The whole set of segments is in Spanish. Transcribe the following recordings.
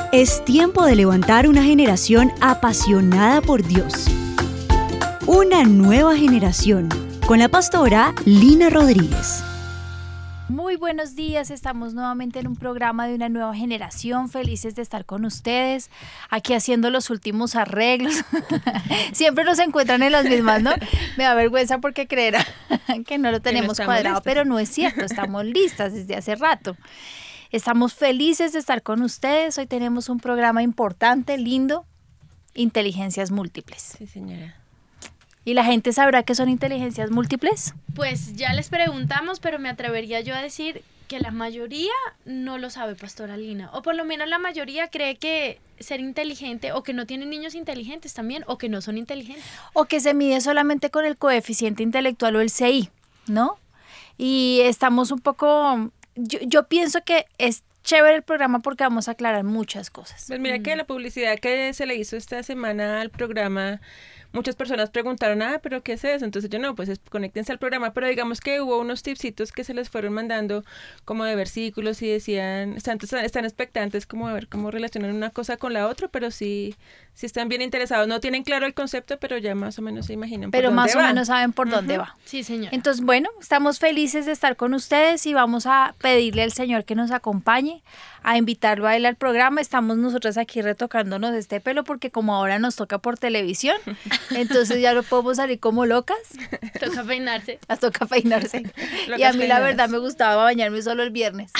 Es tiempo de levantar una generación apasionada por Dios. Una nueva generación, con la pastora Lina Rodríguez. Muy buenos días, estamos nuevamente en un programa de una nueva generación, felices de estar con ustedes, aquí haciendo los últimos arreglos. Siempre nos encuentran en las mismas, ¿no? Me da vergüenza porque creerán que no lo tenemos cuadrado, listas. Pero no es cierto, estamos listas desde hace rato. Estamos felices de estar con ustedes, hoy tenemos un programa importante, lindo, inteligencias múltiples. Sí, señora. ¿Y la gente sabrá qué son inteligencias múltiples? Pues ya les preguntamos, pero me atrevería yo a decir que la mayoría no lo sabe, pastora Lina. O por lo menos la mayoría cree que ser inteligente, o que no tienen niños inteligentes también, o que no son inteligentes. O que se mide solamente con el coeficiente intelectual o el CI, ¿no? Y estamos un poco... Yo pienso que es chévere el programa porque vamos a aclarar muchas cosas. Pues mira que la publicidad que se le hizo esta semana al programa, muchas personas preguntaron, pero ¿qué es eso? Entonces yo pues conéctense al programa, pero digamos que hubo unos tipsitos que se les fueron mandando como de versículos y decían, están expectantes como a ver cómo relacionan una cosa con la otra, pero sí están bien interesados, no tienen claro el concepto, pero ya más o menos se imaginan pero por dónde va. Pero más o menos saben por dónde va. Sí, señora. Entonces, bueno, estamos felices de estar con ustedes y vamos a pedirle al Señor que nos acompañe, a invitarlo a él al programa. Estamos nosotras aquí retocándonos este pelo porque como ahora nos toca por televisión, entonces ya no podemos salir como locas. Toca peinarse. Toca peinarse. Y a mí la verdad me gustaba bañarme solo el viernes.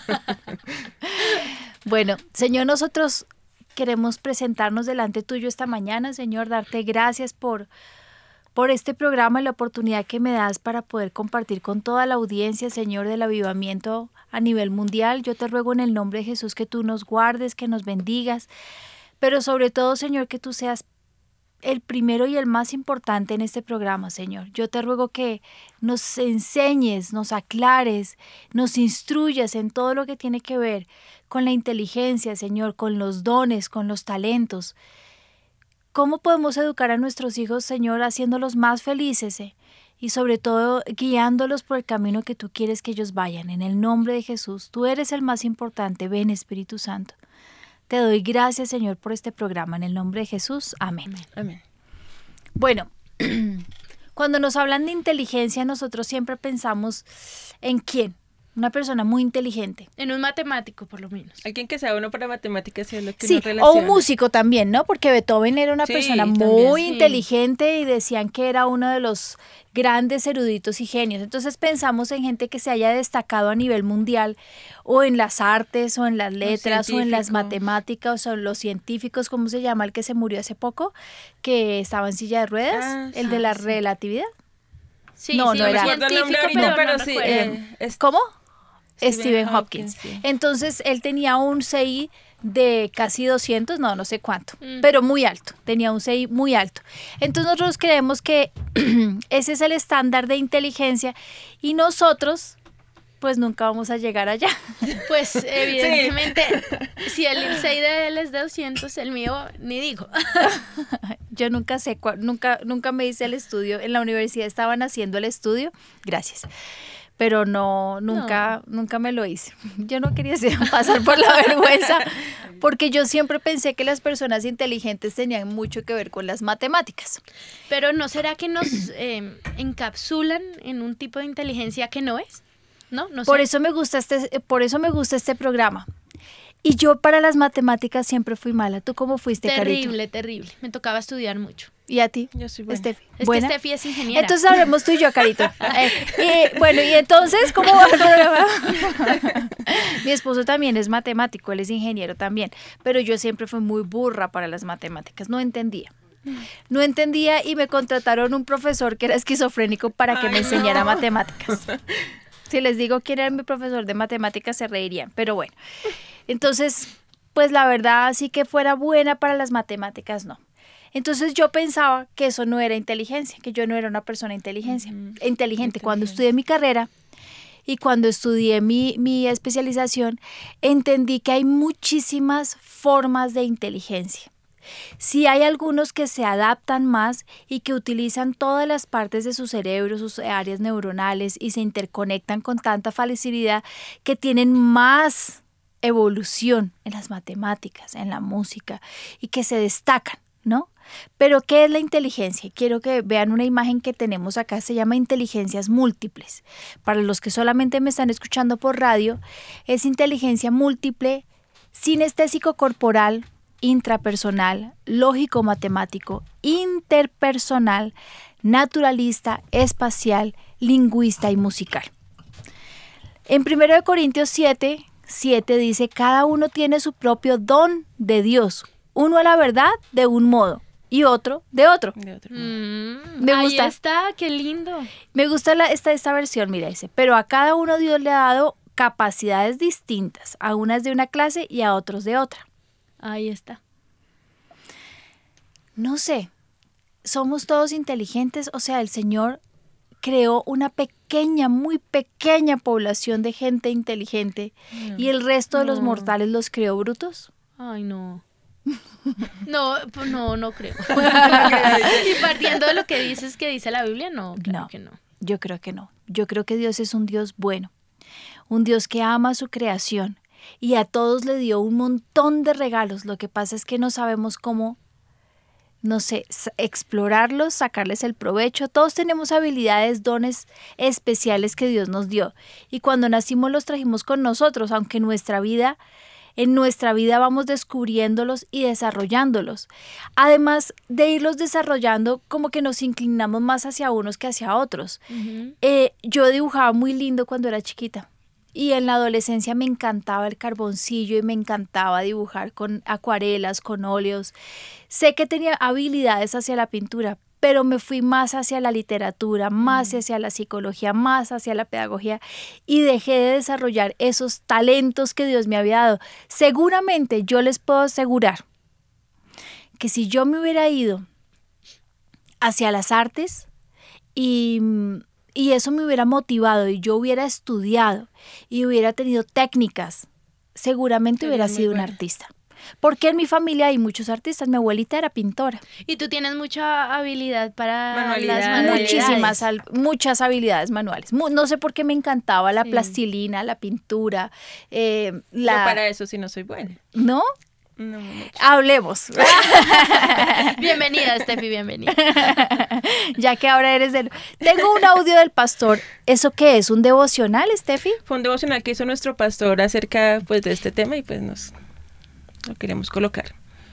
Bueno, Señor, nosotros queremos presentarnos delante tuyo esta mañana, Señor, darte gracias por este programa y la oportunidad que me das para poder compartir con toda la audiencia, Señor, del avivamiento a nivel mundial. Yo te ruego en el nombre de Jesús que tú nos guardes, que nos bendigas, pero sobre todo, Señor, que tú seas el primero y el más importante en este programa, Señor. Yo te ruego que nos enseñes, nos aclares, nos instruyas en todo lo que tiene que ver con la inteligencia, Señor, con los dones, con los talentos. ¿Cómo podemos educar a nuestros hijos, Señor, haciéndolos más felices y sobre todo guiándolos por el camino que tú quieres que ellos vayan? En el nombre de Jesús, tú eres el más importante. Ven, Espíritu Santo. Te doy gracias, Señor, por este programa. En el nombre de Jesús, amén. Amén. Bueno, cuando nos hablan de inteligencia, nosotros siempre pensamos en ¿quién? Una persona muy inteligente. En un matemático, por lo menos. Alguien que sea bueno para matemáticas es lo que sí, nos relaciona. O un músico también, ¿no? Porque Beethoven era una persona muy inteligente y decían que era uno de los grandes eruditos y genios. Entonces pensamos en gente que se haya destacado a nivel mundial o en las artes o en las letras o en las matemáticas o en los científicos, ¿cómo se llama el que se murió hace poco? Que estaba en silla de ruedas, el de la relatividad. Sí, no era científico, pero sí. ¿Cómo? Stephen Hawking. Sí. Entonces él tenía un CI de casi 200, no sé cuánto, pero muy alto, tenía un CI muy alto. Entonces nosotros creemos que ese es el estándar de inteligencia y nosotros pues nunca vamos a llegar allá. Pues evidentemente, si el CI de él es de 200, el mío ni digo. Yo nunca sé, nunca me hice el estudio, en la universidad estaban haciendo el estudio, gracias. Pero nunca me lo hice. Yo no quería pasar por la vergüenza, porque yo siempre pensé que las personas inteligentes tenían mucho que ver con las matemáticas. Pero ¿no será que nos encapsulan en un tipo de inteligencia que no es? No sé. Por eso me gusta este programa. Y yo para las matemáticas siempre fui mala. ¿Tú cómo fuiste, Carito? Terrible. Me tocaba estudiar mucho. ¿Y a ti? Yo soy buena. Steffi. ¿Buena? Que Steffi es ingeniera. Entonces hablemos tú y yo, Carito. Y entonces, ¿cómo va el programa? Mi esposo también es matemático, él es ingeniero también, pero yo siempre fui muy burra para las matemáticas, no entendía y me contrataron un profesor que era esquizofrénico para que me enseñara matemáticas. Si les digo quién era mi profesor de matemáticas se reirían, pero bueno. Entonces, pues la verdad, sí que fuera buena para las matemáticas, no. Entonces yo pensaba que eso no era inteligencia, que yo no era una persona inteligente. Cuando estudié mi carrera y cuando estudié mi especialización, entendí que hay muchísimas formas de inteligencia. Sí hay algunos que se adaptan más y que utilizan todas las partes de su cerebro, sus áreas neuronales y se interconectan con tanta facilidad que tienen más evolución en las matemáticas, en la música y que se destacan, ¿no? Pero ¿qué es la inteligencia? Quiero que vean una imagen que tenemos acá, se llama inteligencias múltiples. Para los que solamente me están escuchando por radio, es inteligencia múltiple, sinestésico corporal, intrapersonal, lógico-matemático, interpersonal, naturalista, espacial, lingüista y musical. En 1 Corintios 7 dice, cada uno tiene su propio don de Dios, uno a la verdad de un modo y otro de otro. Me gusta. Ahí está, qué lindo. Me gusta esta versión, mira, dice, pero a cada uno Dios le ha dado capacidades distintas, a unas de una clase y a otros de otra. Ahí está. No sé, somos todos inteligentes, o sea, el Señor creó una pequeña, muy pequeña población de gente inteligente y el resto de los mortales los creó brutos. Ay, no. No creo. Y partiendo de lo que dices que dice la Biblia, no, claro que no. Yo creo que no. Yo creo que Dios es un Dios bueno, un Dios que ama a su creación y a todos le dio un montón de regalos. Lo que pasa es que no sabemos cómo, no sé, explorarlos, sacarles el provecho. Todos tenemos habilidades, dones especiales que Dios nos dio. Y cuando nacimos los trajimos con nosotros, aunque en nuestra vida vamos descubriéndolos y desarrollándolos. Además de irlos desarrollando, como que nos inclinamos más hacia unos que hacia otros. Uh-huh. Yo dibujaba muy lindo cuando era chiquita. Y en la adolescencia me encantaba el carboncillo y me encantaba dibujar con acuarelas, con óleos. Sé que tenía habilidades hacia la pintura, pero me fui más hacia la literatura, más hacia la psicología, más hacia la pedagogía y dejé de desarrollar esos talentos que Dios me había dado. Seguramente yo les puedo asegurar que si yo me hubiera ido hacia las artes y eso me hubiera motivado y yo hubiera estudiado y hubiera tenido técnicas, seguramente hubiera sido un artista. Porque en mi familia hay muchos artistas, mi abuelita era pintora. Y tú tienes mucha habilidad para las manualidades. Muchas habilidades manuales. No sé por qué me encantaba la plastilina, la pintura. Yo para eso sí no soy buena. ¿No? No mucho. Hablemos. Bienvenida, Steffi, bienvenida. Ya que ahora eres del... Tengo un audio del pastor. ¿Eso qué es? ¿Un devocional, Steffi? Fue un devocional que hizo nuestro pastor acerca pues de este tema y pues lo queremos colocar.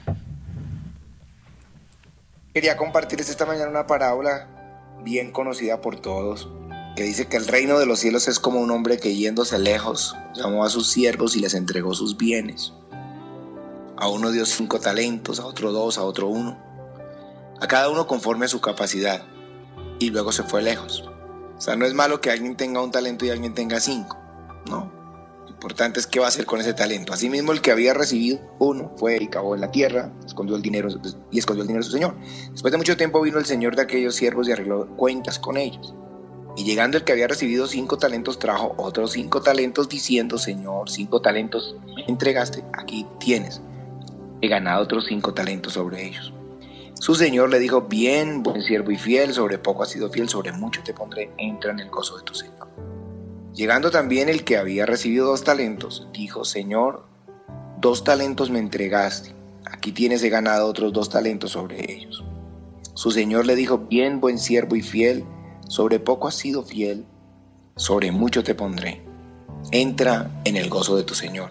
Quería compartirles esta mañana una parábola bien conocida por todos, que dice que el reino de los cielos es como un hombre que yéndose lejos, llamó a sus siervos y les entregó sus bienes. A uno dio 5 talentos, a otro 2, a otro 1, a cada uno conforme a su capacidad, y luego se fue lejos. O sea, no es malo que alguien tenga un talento y alguien tenga 5, no. Lo importante es qué va a hacer con ese talento. Asimismo, el que había recibido 1 fue y cavó en la tierra, escondió el dinero de su señor. Después de mucho tiempo vino el señor de aquellos siervos y arregló cuentas con ellos. Y llegando el que había recibido 5 talentos, trajo otros 5 talentos diciendo: Señor, 5 talentos me entregaste, aquí tienes. He ganado otros 5 talentos sobre ellos. Su señor le dijo: bien, buen siervo y fiel, sobre poco has sido fiel, sobre mucho te pondré, entra en el gozo de tu señor. Llegando también el que había recibido 2 talentos, dijo: Señor, 2 talentos me entregaste, aquí tienes, he ganado otros 2 talentos sobre ellos. Su señor le dijo: bien, buen siervo y fiel, sobre poco has sido fiel, sobre mucho te pondré, entra en el gozo de tu señor.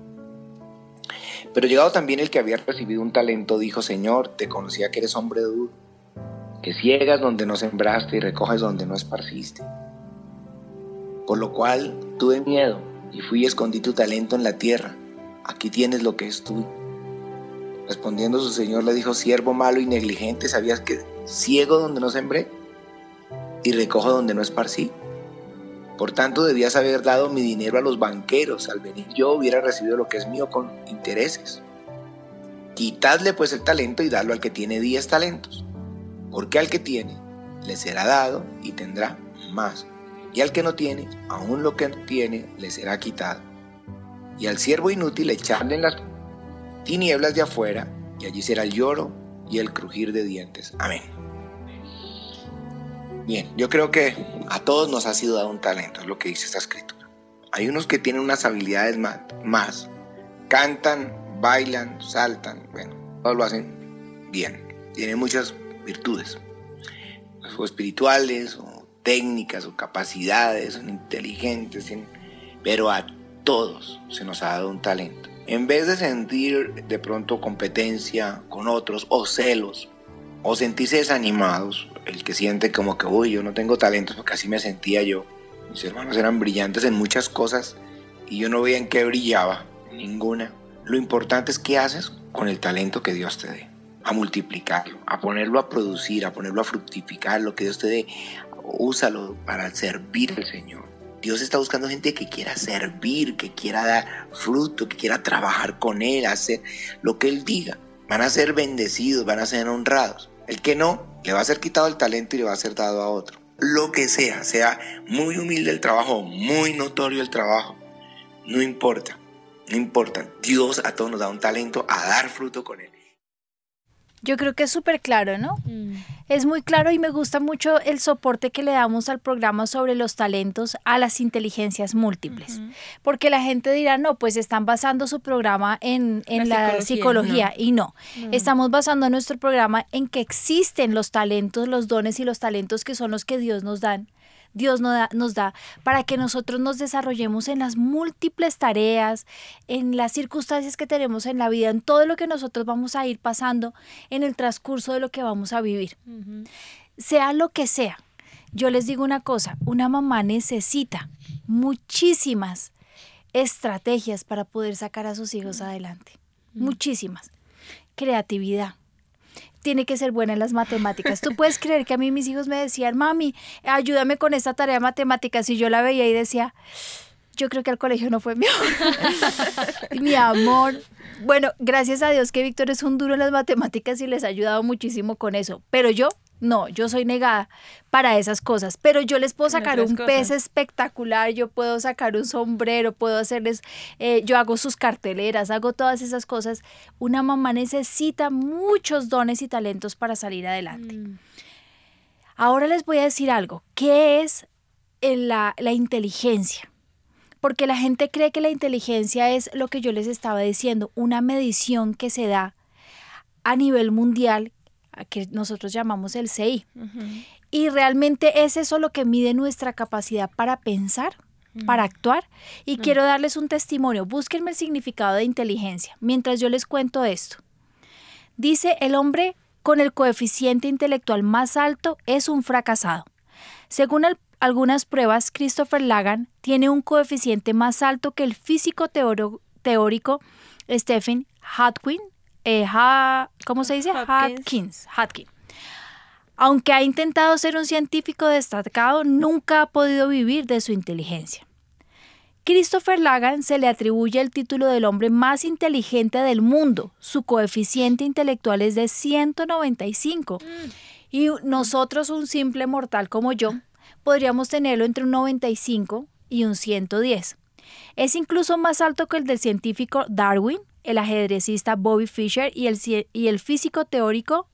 Pero llegado también el que había recibido 1 talento, dijo: Señor, te conocía que eres hombre duro, que ciegas donde no sembraste y recoges donde no esparciste. Por lo cual tuve miedo y fui y escondí tu talento en la tierra. Aquí tienes lo que es tuyo. Respondiendo su señor le dijo: siervo malo y negligente, ¿sabías que ciego donde no sembré y recojo donde no esparcí? Por tanto debías haber dado mi dinero a los banqueros. Al venir yo hubiera recibido lo que es mío con intereses. Quitadle pues el talento y dadlo al que tiene 10 talentos. Porque al que tiene le será dado y tendrá más. Y al que no tiene, aún lo que no tiene le será quitado. Y al siervo inútil echadle en las tinieblas de afuera, y allí será el lloro y el crujir de dientes. Amén. Bien, yo creo que a todos nos ha sido dado un talento, es lo que dice esta escritura. Hay unos que tienen unas habilidades más, Cantan, bailan, saltan, bueno, todos lo hacen bien. Tienen muchas virtudes, o espirituales, o técnicas, o capacidades, son inteligentes, pero a todos se nos ha dado un talento. En vez de sentir de pronto competencia con otros, o celos, o sentirse desanimados, el que siente como que, uy, yo no tengo talentos, porque así me sentía yo. Mis hermanos eran brillantes en muchas cosas y yo no veía en qué brillaba, en ninguna. Lo importante es qué haces con el talento que Dios te dé, a multiplicarlo, a ponerlo a producir, a ponerlo a fructificar, lo que Dios te dé, úsalo para servir al Señor. Dios está buscando gente que quiera servir, que quiera dar fruto, que quiera trabajar con Él, hacer lo que Él diga. Van a ser bendecidos, van a ser honrados. El que no, le va a ser quitado el talento y le va a ser dado a otro. Lo que sea muy humilde el trabajo, muy notorio el trabajo, no importa. Dios a todos nos da un talento a dar fruto con Él. Yo creo que es súper claro, ¿no? Es muy claro y me gusta mucho el soporte que le damos al programa sobre los talentos a las inteligencias múltiples. Porque la gente dirá, no, pues están basando su programa en la psicología. Y no. Estamos basando nuestro programa en que existen los talentos, los dones y los talentos que son los que Dios nos dan. Dios nos da para que nosotros nos desarrollemos en las múltiples tareas, en las circunstancias que tenemos en la vida, en todo lo que nosotros vamos a ir pasando en el transcurso de lo que vamos a vivir. Sea lo que sea, yo les digo una cosa, una mamá necesita muchísimas estrategias para poder sacar a sus hijos adelante. Muchísimas. Creatividad. Tiene que ser buena en las matemáticas. Tú puedes creer que a mí mis hijos me decían, mami, ayúdame con esta tarea de matemáticas, y yo la veía y decía, yo creo que al colegio no fue mejor. Mi amor. Bueno, gracias a Dios que Víctor es un duro en las matemáticas y les ha ayudado muchísimo con eso. Pero yo soy negada para esas cosas. Pero yo les puedo sacar un pez espectacular, yo puedo sacar un sombrero, puedo hacerles, yo hago sus carteleras, hago todas esas cosas. Una mamá necesita muchos dones y talentos para salir adelante. Ahora les voy a decir algo. ¿Qué es la inteligencia? Porque la gente cree que la inteligencia es lo que yo les estaba diciendo, una medición que se da a nivel mundial, que nosotros llamamos el CI. Y realmente es eso lo que mide nuestra capacidad para pensar, para actuar. Y quiero darles un testimonio. Búsquenme el significado de inteligencia mientras yo les cuento esto. Dice, el hombre con el coeficiente intelectual más alto es un fracasado. Según algunas pruebas, Christopher Lagan tiene un coeficiente más alto que el físico teórico Stephen Hawking. ¿Cómo se dice? Hawkins. Aunque ha intentado ser un científico destacado, nunca ha podido vivir de su inteligencia. Christopher Lagan se le atribuye el título del hombre más inteligente del mundo. Su coeficiente intelectual es de 195. Y nosotros, un simple mortal como yo, podríamos tenerlo entre un 95 y un 110. Es incluso más alto que el del científico Darwin, el ajedrecista Bobby Fischer y el físico teórico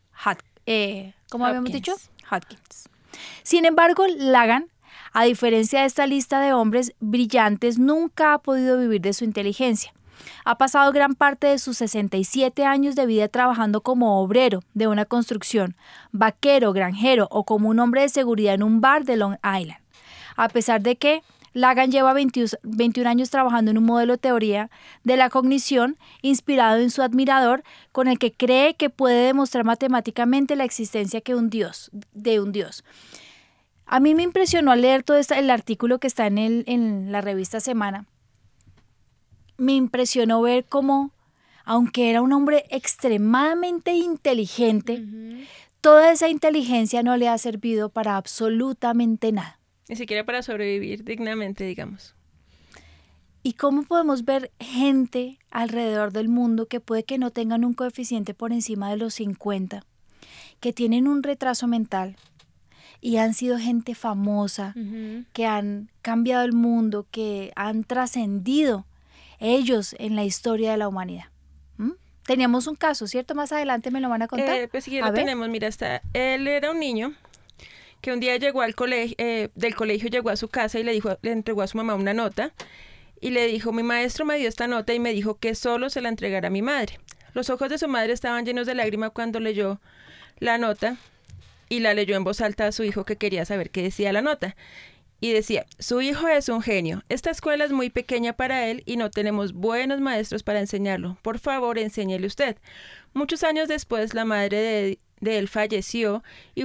Hawkins. Sin embargo, Lagan, a diferencia de esta lista de hombres brillantes, nunca ha podido vivir de su inteligencia. Ha pasado gran parte de sus 67 años de vida trabajando como obrero de una construcción, vaquero, granjero o como un hombre de seguridad en un bar de Long Island. A pesar de que Lagan lleva 21 años trabajando en un modelo de teoría de la cognición inspirado en su admirador, con el que cree que puede demostrar matemáticamente la existencia de un Dios. A mí me impresionó al leer todo el artículo que está en la revista Semana. Me impresionó ver cómo, aunque era un hombre extremadamente inteligente, toda esa inteligencia no le ha servido para absolutamente nada. Ni siquiera para sobrevivir dignamente, digamos. ¿Y cómo podemos ver gente alrededor del mundo que puede que no tengan un coeficiente por encima de los 50, que tienen un retraso mental y han sido gente famosa, que han cambiado el mundo, que han trascendido ellos en la historia de la humanidad? Teníamos un caso, ¿cierto? Más adelante me lo van a contar. Pues sí, lo tenemos. Mira, él era un niño que un día llegó al colegio, del colegio llegó a su casa y le entregó a su mamá una nota y le dijo, mi maestro me dio esta nota y me dijo que solo se la entregara a mi madre. Los ojos de su madre estaban llenos de lágrimas cuando leyó la nota y la leyó en voz alta a su hijo, que quería saber qué decía la nota. Y decía, su hijo es un genio. Esta escuela es muy pequeña para él y no tenemos buenos maestros para enseñarlo. Por favor, enséñele usted. Muchos años después, la madre de él falleció y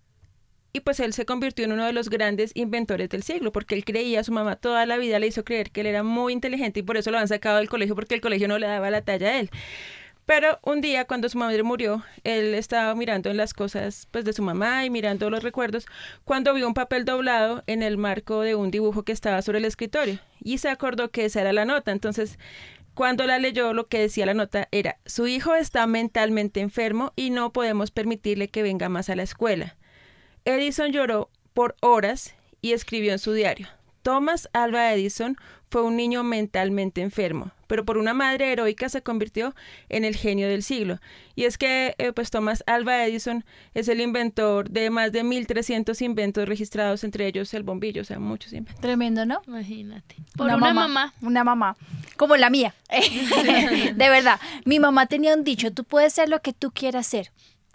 pues él se convirtió en uno de los grandes inventores del siglo, porque él creía, su mamá toda la vida le hizo creer que él era muy inteligente y por eso lo han sacado del colegio, porque el colegio no le daba la talla a él. Pero un día, cuando su madre murió, él estaba mirando en las cosas pues de su mamá y mirando los recuerdos, cuando vio un papel doblado en el marco de un dibujo que estaba sobre el escritorio y se acordó que esa era la nota. Entonces, cuando la leyó, lo que decía la nota era, su hijo está mentalmente enfermo y no podemos permitirle que venga más a la escuela. Edison lloró por horas y escribió en su diario, Thomas Alva Edison fue un niño mentalmente enfermo, pero por una madre heroica se convirtió en el genio del siglo. Y es que pues Thomas Alva Edison es el inventor de más de 1.300 inventos registrados, entre ellos el bombillo, o sea, muchos inventos. Tremendo, ¿no? Imagínate. Por una mamá. Una mamá, como la mía. De verdad, mi mamá tenía un dicho, tú puedes ser lo que tú quieras ser.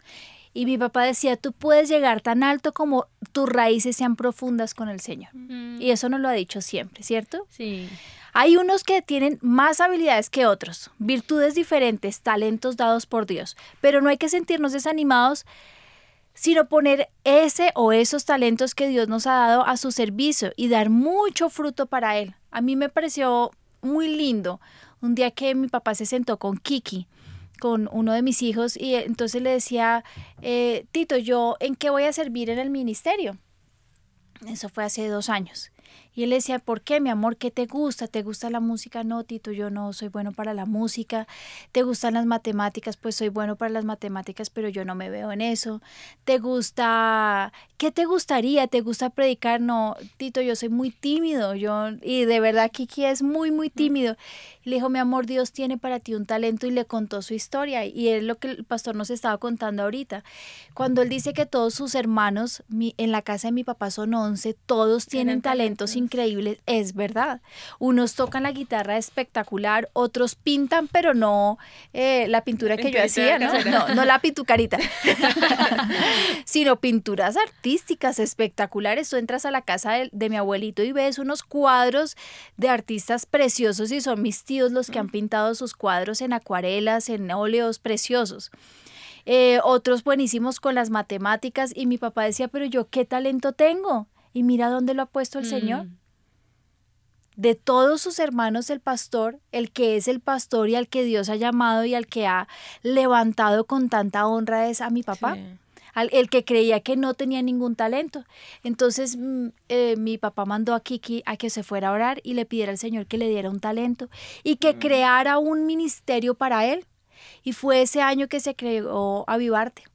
Y mi papá decía, tú puedes llegar tan alto como tus raíces sean profundas con el Señor. Y eso nos lo ha dicho siempre, ¿cierto? Sí. Hay unos que tienen más habilidades que otros, virtudes diferentes, talentos dados por Dios. Pero no hay que sentirnos desanimados, sino poner ese o esos talentos que Dios nos ha dado a su servicio y dar mucho fruto para Él. A mí me pareció muy lindo un día que mi papá se sentó con Kiki, con uno de mis hijos, y entonces le decía, Tito, ¿yo en qué voy a servir en el ministerio? Eso fue hace 2 años. Y él le decía, ¿por qué, mi amor? ¿Qué te gusta? ¿Te gusta la música? No, Tito, yo no soy bueno para la música. ¿Te gustan las matemáticas? Pues soy bueno para las matemáticas, pero yo no me veo en eso. ¿Te gusta? ¿Qué te gustaría? ¿Te gusta predicar? No, Tito, yo soy muy tímido. Y de verdad, Kiki es muy, muy tímido. Y le dijo, mi amor, Dios tiene para ti un talento, y le contó su historia. Y es lo que el pastor nos estaba contando ahorita. Cuando él dice que todos sus hermanos, en la casa de mi papá son 11, todos tienen talentos increíbles, es verdad. Unos tocan la guitarra espectacular, otros pintan, pero no la pintura que yo hacía, no la pintucarita, sino pinturas artísticas espectaculares. Tú entras a la casa de mi abuelito y ves unos cuadros de artistas preciosos, y son mis tíos los que han pintado sus cuadros en acuarelas, en óleos preciosos. Otros buenísimos con las matemáticas, y mi papá decía, pero yo qué talento tengo, y mira dónde lo ha puesto el Señor. De todos sus hermanos, el pastor, el que es el pastor y al que Dios ha llamado y al que ha levantado con tanta honra, es a mi papá. Sí. El que creía que no tenía ningún talento. Entonces mi papá mandó a Kiki a que se fuera a orar y le pidiera al Señor que le diera un talento y que creara un ministerio para él. Y fue ese año que se creó Avivarte.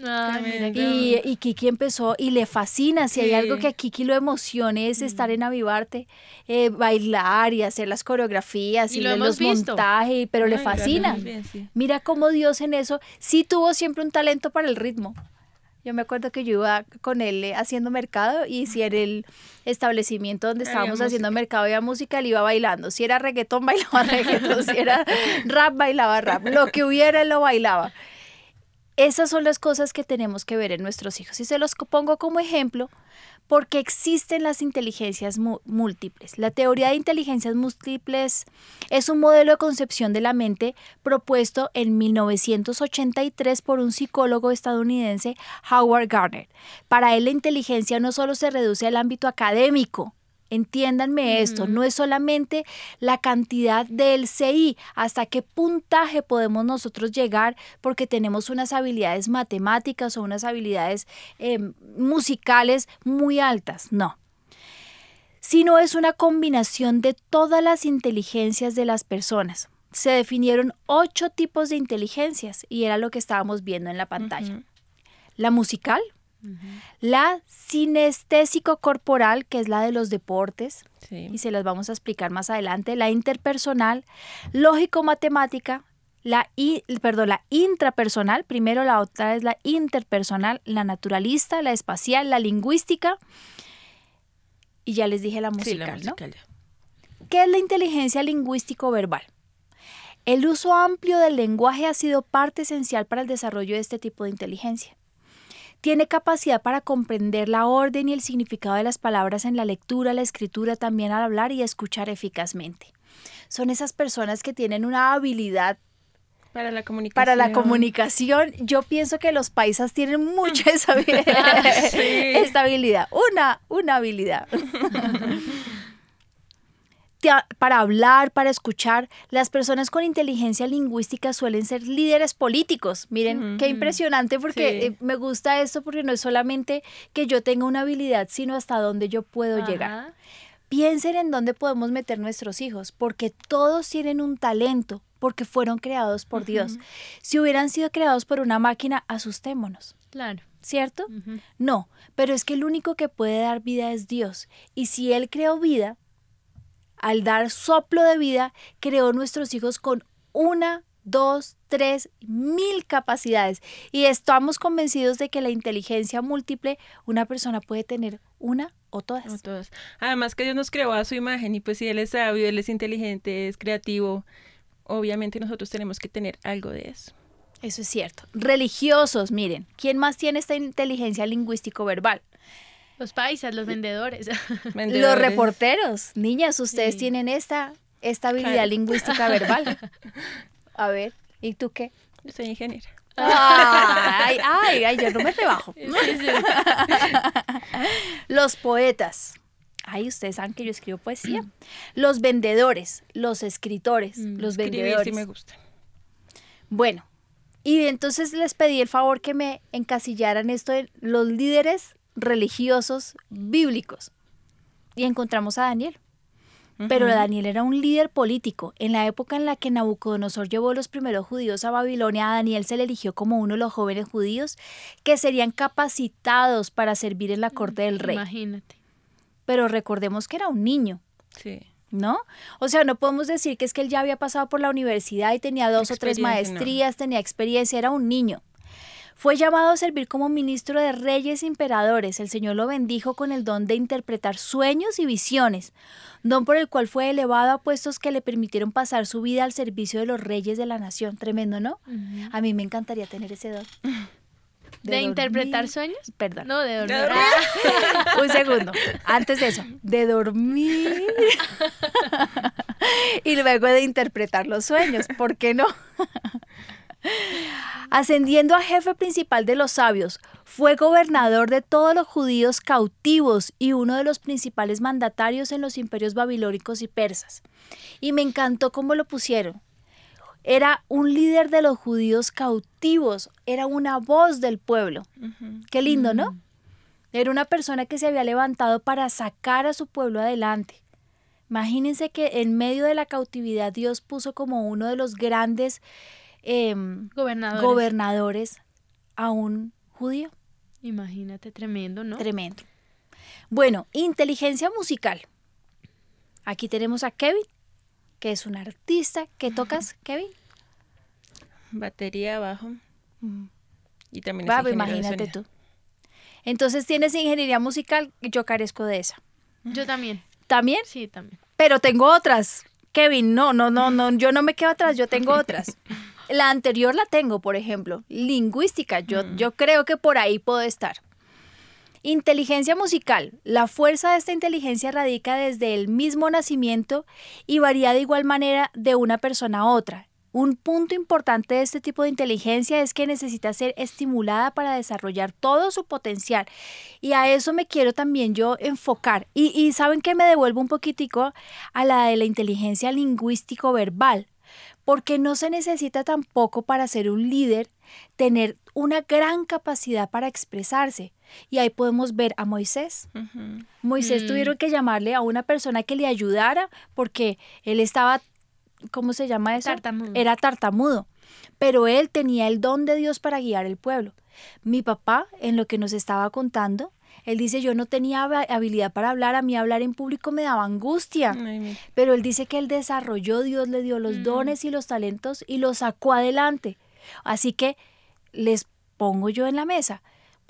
Y Kiki empezó y le fascina. Si hay algo que a Kiki lo emocione es estar en Avivarte, bailar y hacer las coreografías y los montajes, pero le fascina. Mira cómo Dios en eso sí tuvo siempre un talento para el ritmo. Yo me acuerdo que yo iba con él haciendo mercado, y si en el establecimiento donde estábamos haciendo mercado había música, él iba bailando. Si era reggaetón, bailaba reggaetón. Si era rap, bailaba rap. Lo que hubiera, él lo bailaba. Esas son las cosas que tenemos que ver en nuestros hijos. Y se los pongo como ejemplo porque existen las inteligencias múltiples. La teoría de inteligencias múltiples es un modelo de concepción de la mente propuesto en 1983 por un psicólogo estadounidense, Howard Gardner. Para él, la inteligencia no solo se reduce al ámbito académico. Entiéndanme esto, no es solamente la cantidad del CI, hasta qué puntaje podemos nosotros llegar porque tenemos unas habilidades matemáticas o unas habilidades musicales muy altas, no. Sino es una combinación de todas las inteligencias de las personas. Se definieron 8 tipos de inteligencias y era lo que estábamos viendo en la pantalla. La musical, la sinestésico-corporal, que es la de los deportes, y se las vamos a explicar más adelante, la interpersonal, lógico-matemática, la intrapersonal, primero la otra es la interpersonal, la naturalista, la espacial, la lingüística, y ya les dije la musical, ¿no? ¿Qué es la inteligencia lingüístico-verbal? El uso amplio del lenguaje ha sido parte esencial para el desarrollo de este tipo de inteligencia. Tiene capacidad para comprender la orden y el significado de las palabras en la lectura, la escritura, también al hablar y escuchar eficazmente. Son esas personas que tienen una habilidad para la comunicación. Para la comunicación. Yo pienso que los paisas tienen mucha esa esta habilidad, una habilidad. Para hablar, para escuchar, las personas con inteligencia lingüística suelen ser líderes políticos. Miren, qué impresionante, porque me gusta esto, porque no es solamente que yo tenga una habilidad, sino hasta dónde yo puedo llegar. Piensen en dónde podemos meter nuestros hijos, porque todos tienen un talento, porque fueron creados por Dios. Si hubieran sido creados por una máquina, asustémonos. Claro. ¿Cierto? No, pero es que el único que puede dar vida es Dios. Y si Él creó vida, al dar soplo de vida, creó nuestros hijos con 1, 2, 3, 1000 capacidades. Y estamos convencidos de que la inteligencia múltiple, una persona puede tener una o todas. Además que Dios nos creó a su imagen y pues si Él es sabio, Él es inteligente, es creativo, obviamente nosotros tenemos que tener algo de eso. Eso es cierto. Religiosos, miren, ¿quién más tiene esta inteligencia lingüístico-verbal? Los paisas, los vendedores. Los reporteros. Niñas, ustedes tienen esta habilidad lingüística verbal. A ver, ¿y tú qué? Yo soy ingeniera. Ay, yo no me rebajo. Los poetas. Ay, ustedes saben que yo escribo poesía. Los vendedores, los escritores, los vendedores. Sí me gusta. Bueno, y entonces les pedí el favor que me encasillaran esto de los líderes religiosos bíblicos. Y encontramos a Daniel. Pero Daniel era un líder político. En la época en la que Nabucodonosor llevó a los primeros judíos a Babilonia, a Daniel se le eligió como uno de los jóvenes judíos que serían capacitados para servir en la corte del rey. Imagínate. Pero recordemos que era un niño. Sí. ¿No? O sea, no podemos decir que es que él ya había pasado por la universidad y tenía 2 o 3 maestrías, tenía experiencia, era un niño. Fue llamado a servir como ministro de reyes e emperadores. El Señor lo bendijo con el don de interpretar sueños y visiones, don por el cual fue elevado a puestos que le permitieron pasar su vida al servicio de los reyes de la nación. Tremendo, ¿no? A mí me encantaría tener ese don. ¿De interpretar sueños? Perdón. No, de dormir. Un segundo. Antes de eso, de dormir y luego de interpretar los sueños. ¿Por qué no? Ascendiendo a jefe principal de los sabios, fue gobernador de todos los judíos cautivos y uno de los principales mandatarios en los imperios babilónicos y persas. Y me encantó cómo lo pusieron. Era un líder de los judíos cautivos, era una voz del pueblo. Qué lindo, ¿no? Era una persona que se había levantado para sacar a su pueblo adelante. Imagínense que en medio de la cautividad Dios puso como uno de los grandes gobernadores a un judío. Imagínate, tremendo, ¿no? Tremendo. Bueno, inteligencia musical. Aquí tenemos a Kevin, que es un artista. ¿Qué tocas, Kevin? Batería, bajo. Y también es imagínate tú. Entonces tienes ingeniería musical, yo carezco de esa. Yo también. ¿También? Sí, también. Pero tengo otras. Kevin, no, yo no me quedo atrás, yo tengo otras. La anterior la tengo, por ejemplo, lingüística, yo creo que por ahí puedo estar. Inteligencia musical. La fuerza de esta inteligencia radica desde el mismo nacimiento y varía de igual manera de una persona a otra. Un punto importante de este tipo de inteligencia es que necesita ser estimulada para desarrollar todo su potencial. Y a eso me quiero también yo enfocar. Y ¿saben qué? Me devuelvo un poquitico a la de la inteligencia lingüístico-verbal. Porque no se necesita tampoco para ser un líder tener una gran capacidad para expresarse. Y ahí podemos ver a Moisés. Moisés tuvieron que llamarle a una persona que le ayudara porque él estaba, ¿cómo se llama eso? Tartamudo. Era tartamudo. Pero él tenía el don de Dios para guiar el pueblo. Mi papá, en lo que nos estaba contando, él dice, yo no tenía habilidad para hablar, a mí hablar en público me daba angustia. Pero él dice que él desarrolló, Dios le dio los dones y los talentos y los sacó adelante. Así que les pongo yo en la mesa,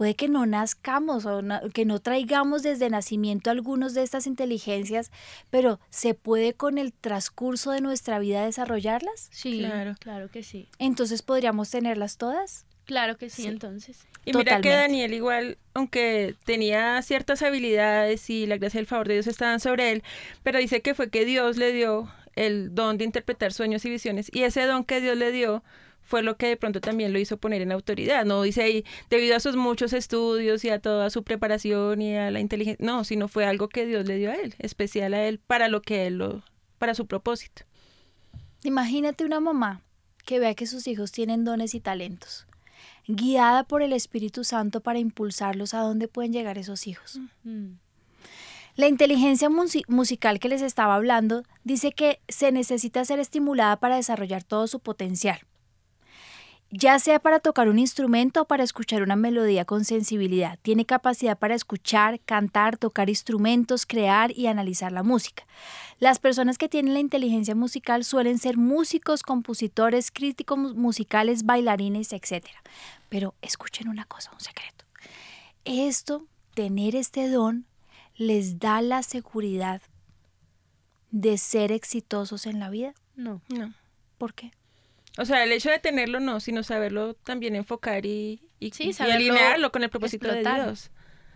puede que no nazcamos o que no traigamos desde nacimiento algunos de estas inteligencias, pero ¿se puede con el transcurso de nuestra vida desarrollarlas? Sí, claro que sí. Entonces, ¿podríamos tenerlas todas? Claro que sí, entonces. Y mira Totalmente. que Daniel igual, aunque tenía ciertas habilidades y la gracia y el favor de Dios estaban sobre él, pero dice que fue que Dios le dio el don de interpretar sueños y visiones, y ese don que Dios le dio fue lo que de pronto también lo hizo poner en autoridad. No dice ahí, debido a sus muchos estudios y a toda su preparación y a la inteligencia, no, sino fue algo que Dios le dio a él, especial a él, para lo que para su propósito. Imagínate una mamá que vea que sus hijos tienen dones y talentos, guiada por el Espíritu Santo para impulsarlos a dónde pueden llegar esos hijos. La inteligencia musical que les estaba hablando dice que se necesita ser estimulada para desarrollar todo su potencial, ya sea para tocar un instrumento o para escuchar una melodía con sensibilidad. Tiene capacidad para escuchar, cantar, tocar instrumentos, crear y analizar la música. Las personas que tienen la inteligencia musical suelen ser músicos, compositores, críticos musicales, bailarines, etc. Pero escuchen una cosa, un secreto. Tener este don, les da la seguridad de ser exitosos en la vida. No. ¿Por qué? O sea, el hecho de tenerlo no, sino saberlo también enfocar y saberlo alinearlo con el propósito explotar. de Dios.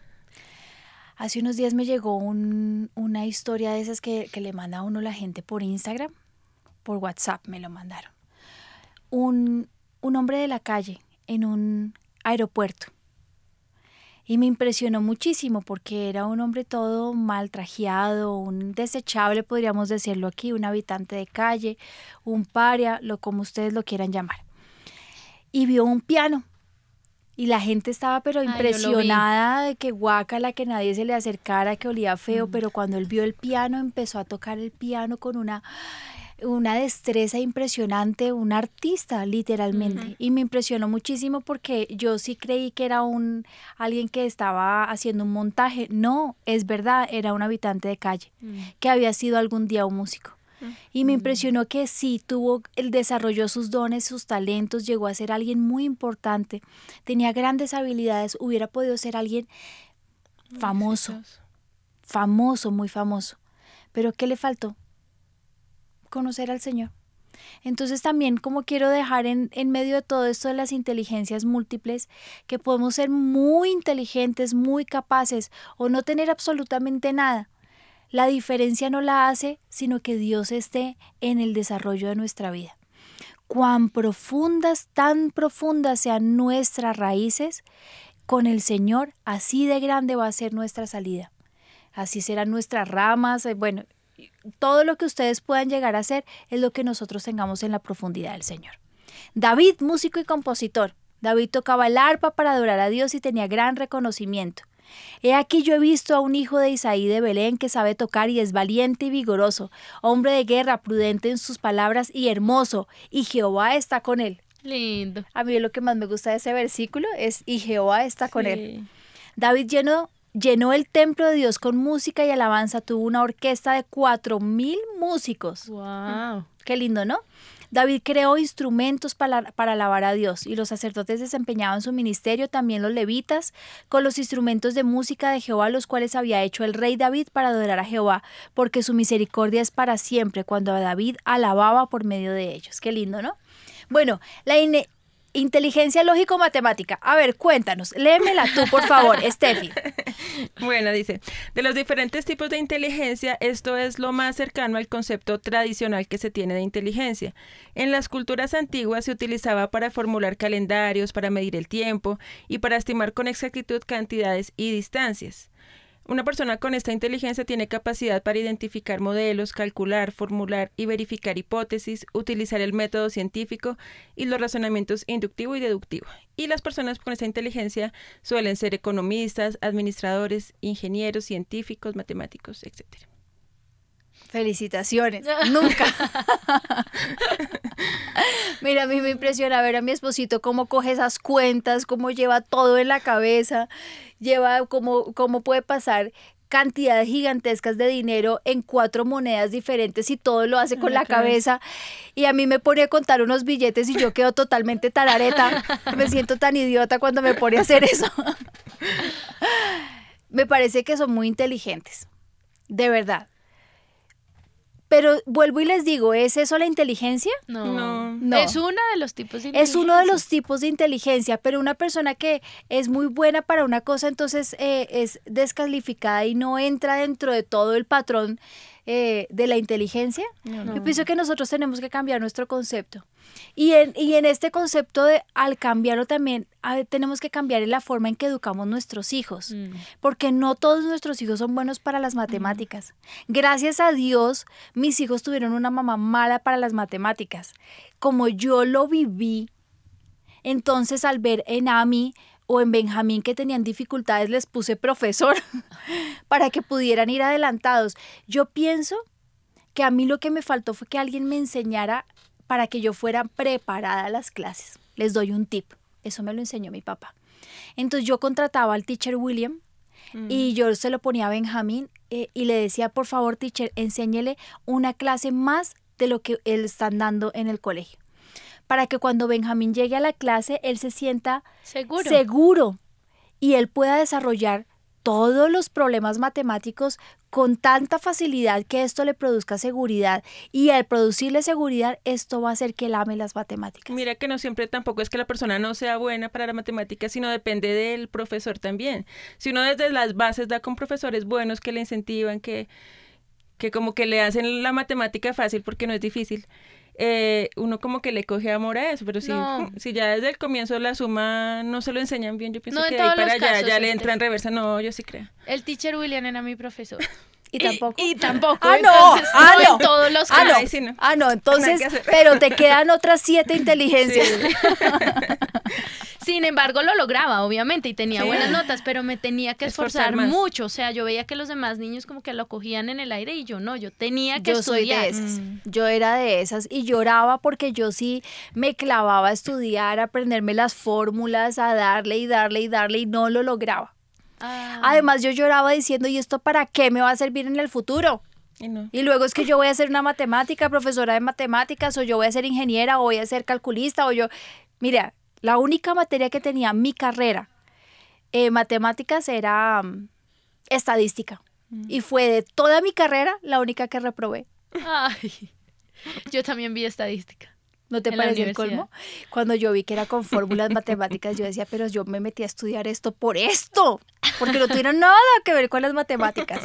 Hace unos días me llegó una historia de esas que le manda a uno la gente por Instagram, por WhatsApp me lo mandaron. Un hombre de la calle en un aeropuerto. Y me impresionó muchísimo porque era un hombre todo mal trajeado, un desechable, podríamos decirlo aquí, un habitante de calle, un paria, como ustedes lo quieran llamar. Y vio un piano. Y la gente estaba pero impresionada de que guácala, que nadie se le acercara, que olía feo, pero cuando él vio el piano, empezó a tocar el piano con una destreza impresionante, un artista literalmente. Y me impresionó muchísimo porque yo sí creí que era alguien que estaba haciendo un montaje. No, es verdad, era un habitante de calle que había sido algún día un músico. Y me impresionó que sí, desarrolló sus dones, sus talentos, llegó a ser alguien muy importante, tenía grandes habilidades, hubiera podido ser alguien famoso, muy famoso. Pero ¿qué le faltó? Conocer al Señor. Entonces también como quiero dejar en medio de todo esto de las inteligencias múltiples, que podemos ser muy inteligentes, muy capaces o no tener absolutamente nada. La diferencia no la hace, sino que Dios esté en el desarrollo de nuestra vida. Tan profundas sean nuestras raíces, con el Señor así de grande va a ser nuestra salida. Así serán nuestras ramas, todo lo que ustedes puedan llegar a hacer es lo que nosotros tengamos en la profundidad del Señor. David, músico y compositor. David tocaba el arpa para adorar a Dios y tenía gran reconocimiento. He aquí yo he visto a un hijo de Isaí de Belén que sabe tocar y es valiente y vigoroso, hombre de guerra, prudente en sus palabras y hermoso, y Jehová está con él. Lindo. A mí lo que más me gusta de ese versículo es y Jehová está con él. David llenó el templo de Dios con música y alabanza, tuvo una orquesta de 4,000 músicos. Wow. Qué lindo, ¿no? David creó instrumentos para alabar a Dios y los sacerdotes desempeñaban su ministerio, también los levitas, con los instrumentos de música de Jehová, los cuales había hecho el rey David para adorar a Jehová, porque su misericordia es para siempre, cuando David alababa por medio de ellos. Qué lindo, ¿no? Bueno, la inteligencia lógico-matemática. A ver, cuéntanos, léemela tú, por favor, Steffi. Bueno, dice, de los diferentes tipos de inteligencia, esto es lo más cercano al concepto tradicional que se tiene de inteligencia. En las culturas antiguas se utilizaba para formular calendarios, para medir el tiempo y para estimar con exactitud cantidades y distancias. Una persona con esta inteligencia tiene capacidad para identificar modelos, calcular, formular y verificar hipótesis, utilizar el método científico y los razonamientos inductivo y deductivo. Y las personas con esta inteligencia suelen ser economistas, administradores, ingenieros, científicos, matemáticos, etc. Felicitaciones. Nunca. Mira, a mí me impresiona ver a mi esposito cómo coge esas cuentas, cómo lleva todo en la cabeza, cómo puede pasar cantidades gigantescas de dinero en 4 monedas diferentes y todo lo hace con la cabeza. Y a mí me pone a contar unos billetes y yo quedo totalmente tarareta. Me siento tan idiota cuando me pone a hacer eso. Me parece que son muy inteligentes, de verdad. Pero vuelvo y les digo, ¿es eso la inteligencia? No. No. Es uno de los tipos de inteligencia. Es uno de los tipos de inteligencia, pero una persona que es muy buena para una cosa, entonces es descalificada y no entra dentro de todo el patrón de la inteligencia. Yo pienso que nosotros tenemos que cambiar nuestro concepto. Y en este concepto al cambiarlo también, tenemos que cambiar en la forma en que educamos nuestros hijos, porque no todos nuestros hijos son buenos para las matemáticas. Gracias a Dios, mis hijos tuvieron una mamá mala para las matemáticas. Como yo lo viví, entonces al ver en Ami o en Benjamín que tenían dificultades, les puse profesor para que pudieran ir adelantados. Yo pienso que a mí lo que me faltó fue que alguien me enseñara para que yo fuera preparada a las clases. Les doy un tip, eso me lo enseñó mi papá. Entonces yo contrataba al teacher William y yo se lo ponía a Benjamín y le decía, por favor, teacher, enséñele una clase más de lo que él están dando en el colegio, para que cuando Benjamín llegue a la clase, él se sienta seguro y él pueda desarrollar todos los problemas matemáticos con tanta facilidad que esto le produzca seguridad, y al producirle seguridad, esto va a hacer que él ame las matemáticas. Mira que no siempre tampoco es que la persona no sea buena para la matemática, sino depende del profesor también. Si uno desde las bases da con profesores buenos que le incentivan, que como que le hacen la matemática fácil porque no es difícil, uno como que le coge amor a eso, pero si ya desde el comienzo la suma no se lo enseñan bien, yo pienso que de ahí para allá ya le entra en reversa. No, yo sí creo. El teacher William era mi profesor. ¿Y tampoco? Y tampoco. Ah, no. Entonces, No. en todos los Ah, no. casos. Ay, sí, no. Ah, no, entonces, Nada que hacer. pero te quedan otras 7 inteligencias. Sin embargo, lo lograba, obviamente, y tenía Sí. buenas notas, pero me tenía que Esforzar esforzar más. mucho. O sea, yo veía que los demás niños como que lo cogían en el aire y yo no, yo tenía que Yo soy estudiar. de esas. Yo era de esas y lloraba porque yo sí me clavaba a estudiar, a aprenderme las fórmulas, a darle y darle y darle y no lo lograba. Ah. Además, yo lloraba diciendo, ¿y esto para qué me va a servir en el futuro? Y no. Y luego es que yo voy a ser una matemática, profesora de matemáticas, o yo voy a ser ingeniera, o voy a ser calculista, o yo... Mira, la única materia que tenía mi carrera, matemáticas, era estadística. Y fue de toda mi carrera la única que reprobé. Ay, yo también vi estadística. ¿No te En la parece el universidad. colmo? Cuando yo vi que era con fórmulas matemáticas, yo decía, pero yo me metí a estudiar esto por esto, porque no tuvieron nada que ver con las matemáticas.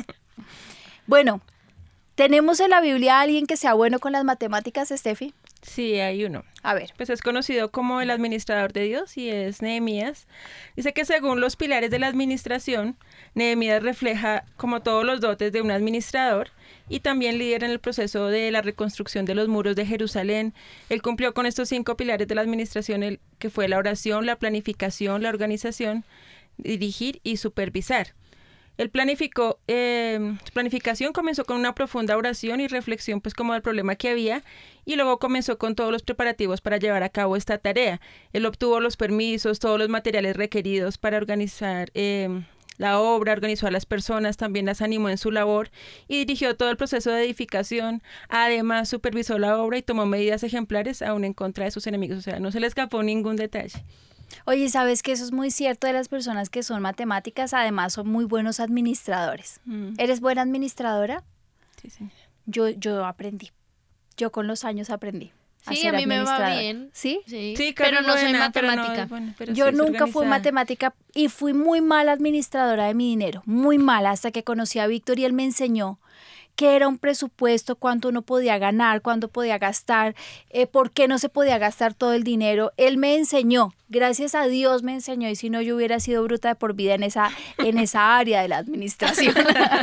Bueno, ¿tenemos en la Biblia a alguien que sea bueno con las matemáticas, Steffi? Sí, hay uno. A ver. Pues es conocido como el administrador de Dios y es Nehemías. Dice que según los pilares de la administración, Nehemías refleja como todos los dotes de un administrador y también lidera en el proceso de la reconstrucción de los muros de Jerusalén. Él cumplió con estos 5 pilares de la administración, que fue la oración, la planificación, la organización, dirigir y supervisar. Él planificó, su planificación comenzó con una profunda oración y reflexión pues como del problema que había, y luego comenzó con todos los preparativos para llevar a cabo esta tarea. Él obtuvo los permisos, todos los materiales requeridos para organizar la obra, organizó a las personas, también las animó en su labor y dirigió todo el proceso de edificación. Además supervisó la obra y tomó medidas ejemplares aún en contra de sus enemigos, o sea, no se le escapó ningún detalle. Oye, ¿sabes que eso es muy cierto de las personas que son matemáticas? Además, son muy buenos administradores. ¿Eres buena administradora? Sí, señora. Yo aprendí. Yo con los años aprendí a Sí, ser a mí me va administradora. bien. ¿Sí? Sí, Sí, pero Carmen, no soy buena, pero no, matemática. bueno, pero Yo sí es nunca fui organizada. matemática y fui muy mala administradora de mi dinero, muy mala, hasta que conocí a Víctor y él me enseñó qué era un presupuesto, cuánto uno podía ganar, cuánto podía gastar, por qué no se podía gastar todo el dinero. Él me enseñó, gracias a Dios me enseñó, y si no yo hubiera sido bruta de por vida en esa área de la administración.